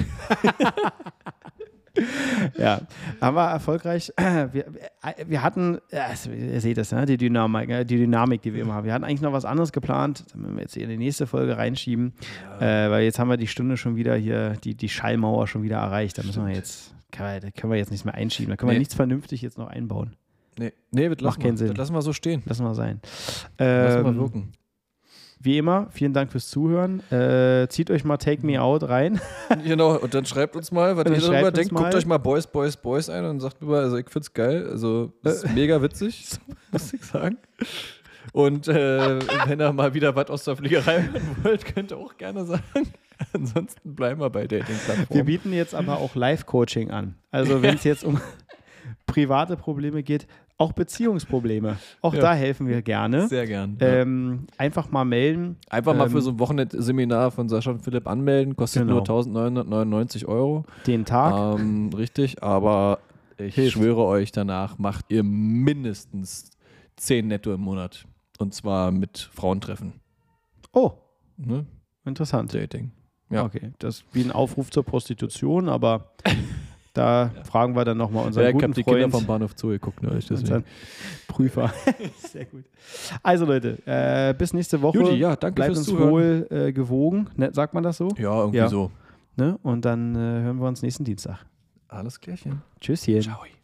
Ja, haben wir erfolgreich. Wir hatten, ihr seht das, ne? die Dynamik, die wir immer haben. Wir hatten eigentlich noch was anderes geplant, das müssen wir jetzt hier in die nächste Folge reinschieben, weil jetzt haben wir die Stunde schon wieder hier, die Schallmauer schon wieder erreicht. Da müssen wir jetzt, da können wir jetzt nichts mehr einschieben. Da können wir nichts vernünftig jetzt noch einbauen. Nee, das Macht keinen Sinn. Das lassen wir so stehen. Lassen wir sein. Lassen wir wirken. Wie immer, vielen Dank fürs Zuhören. Zieht euch mal Take Me Out rein. Genau, und dann schreibt uns mal, was Und ihr dann darüber schreibt denkt. uns Guckt mal. euch mal Boys ein und sagt über, also ich find's geil. Also, das ist mega witzig, muss ich sagen. Und wenn ihr mal wieder was aus der Fliegerei hören wollt, könnt ihr auch gerne sagen. Ansonsten bleiben wir bei Dating-Plattformen. Wir bieten jetzt aber auch Live-Coaching an. Also wenn es jetzt um private Probleme geht, auch Beziehungsprobleme. Auch da helfen wir gerne. Sehr gern. Einfach mal melden. Einfach mal für so ein Wochenendseminar von Sascha und Philipp anmelden. Kostet Genau. nur 1.999 €. Den Tag. Richtig, aber ich schwöre euch, danach macht ihr mindestens 10 netto im Monat. Und zwar mit Frauentreffen. Oh, Ne? interessant. Dating. Ja. Okay, das ist wie ein Aufruf zur Prostitution, aber da fragen wir dann nochmal unseren Ich guten habe die Kinder Freund, vom Bahnhof zugeguckt, neulich, deswegen. unseren Prüfer. Sehr gut. Also Leute, bis nächste Woche. Judy, ja, danke Bleibt fürs uns Zuhören. wohl gewogen. Ne, sagt man das so? Ja, irgendwie Ja. so. Ne? Und dann hören wir uns nächsten Dienstag. Alles klärchen. Tschüsschen. Ciao.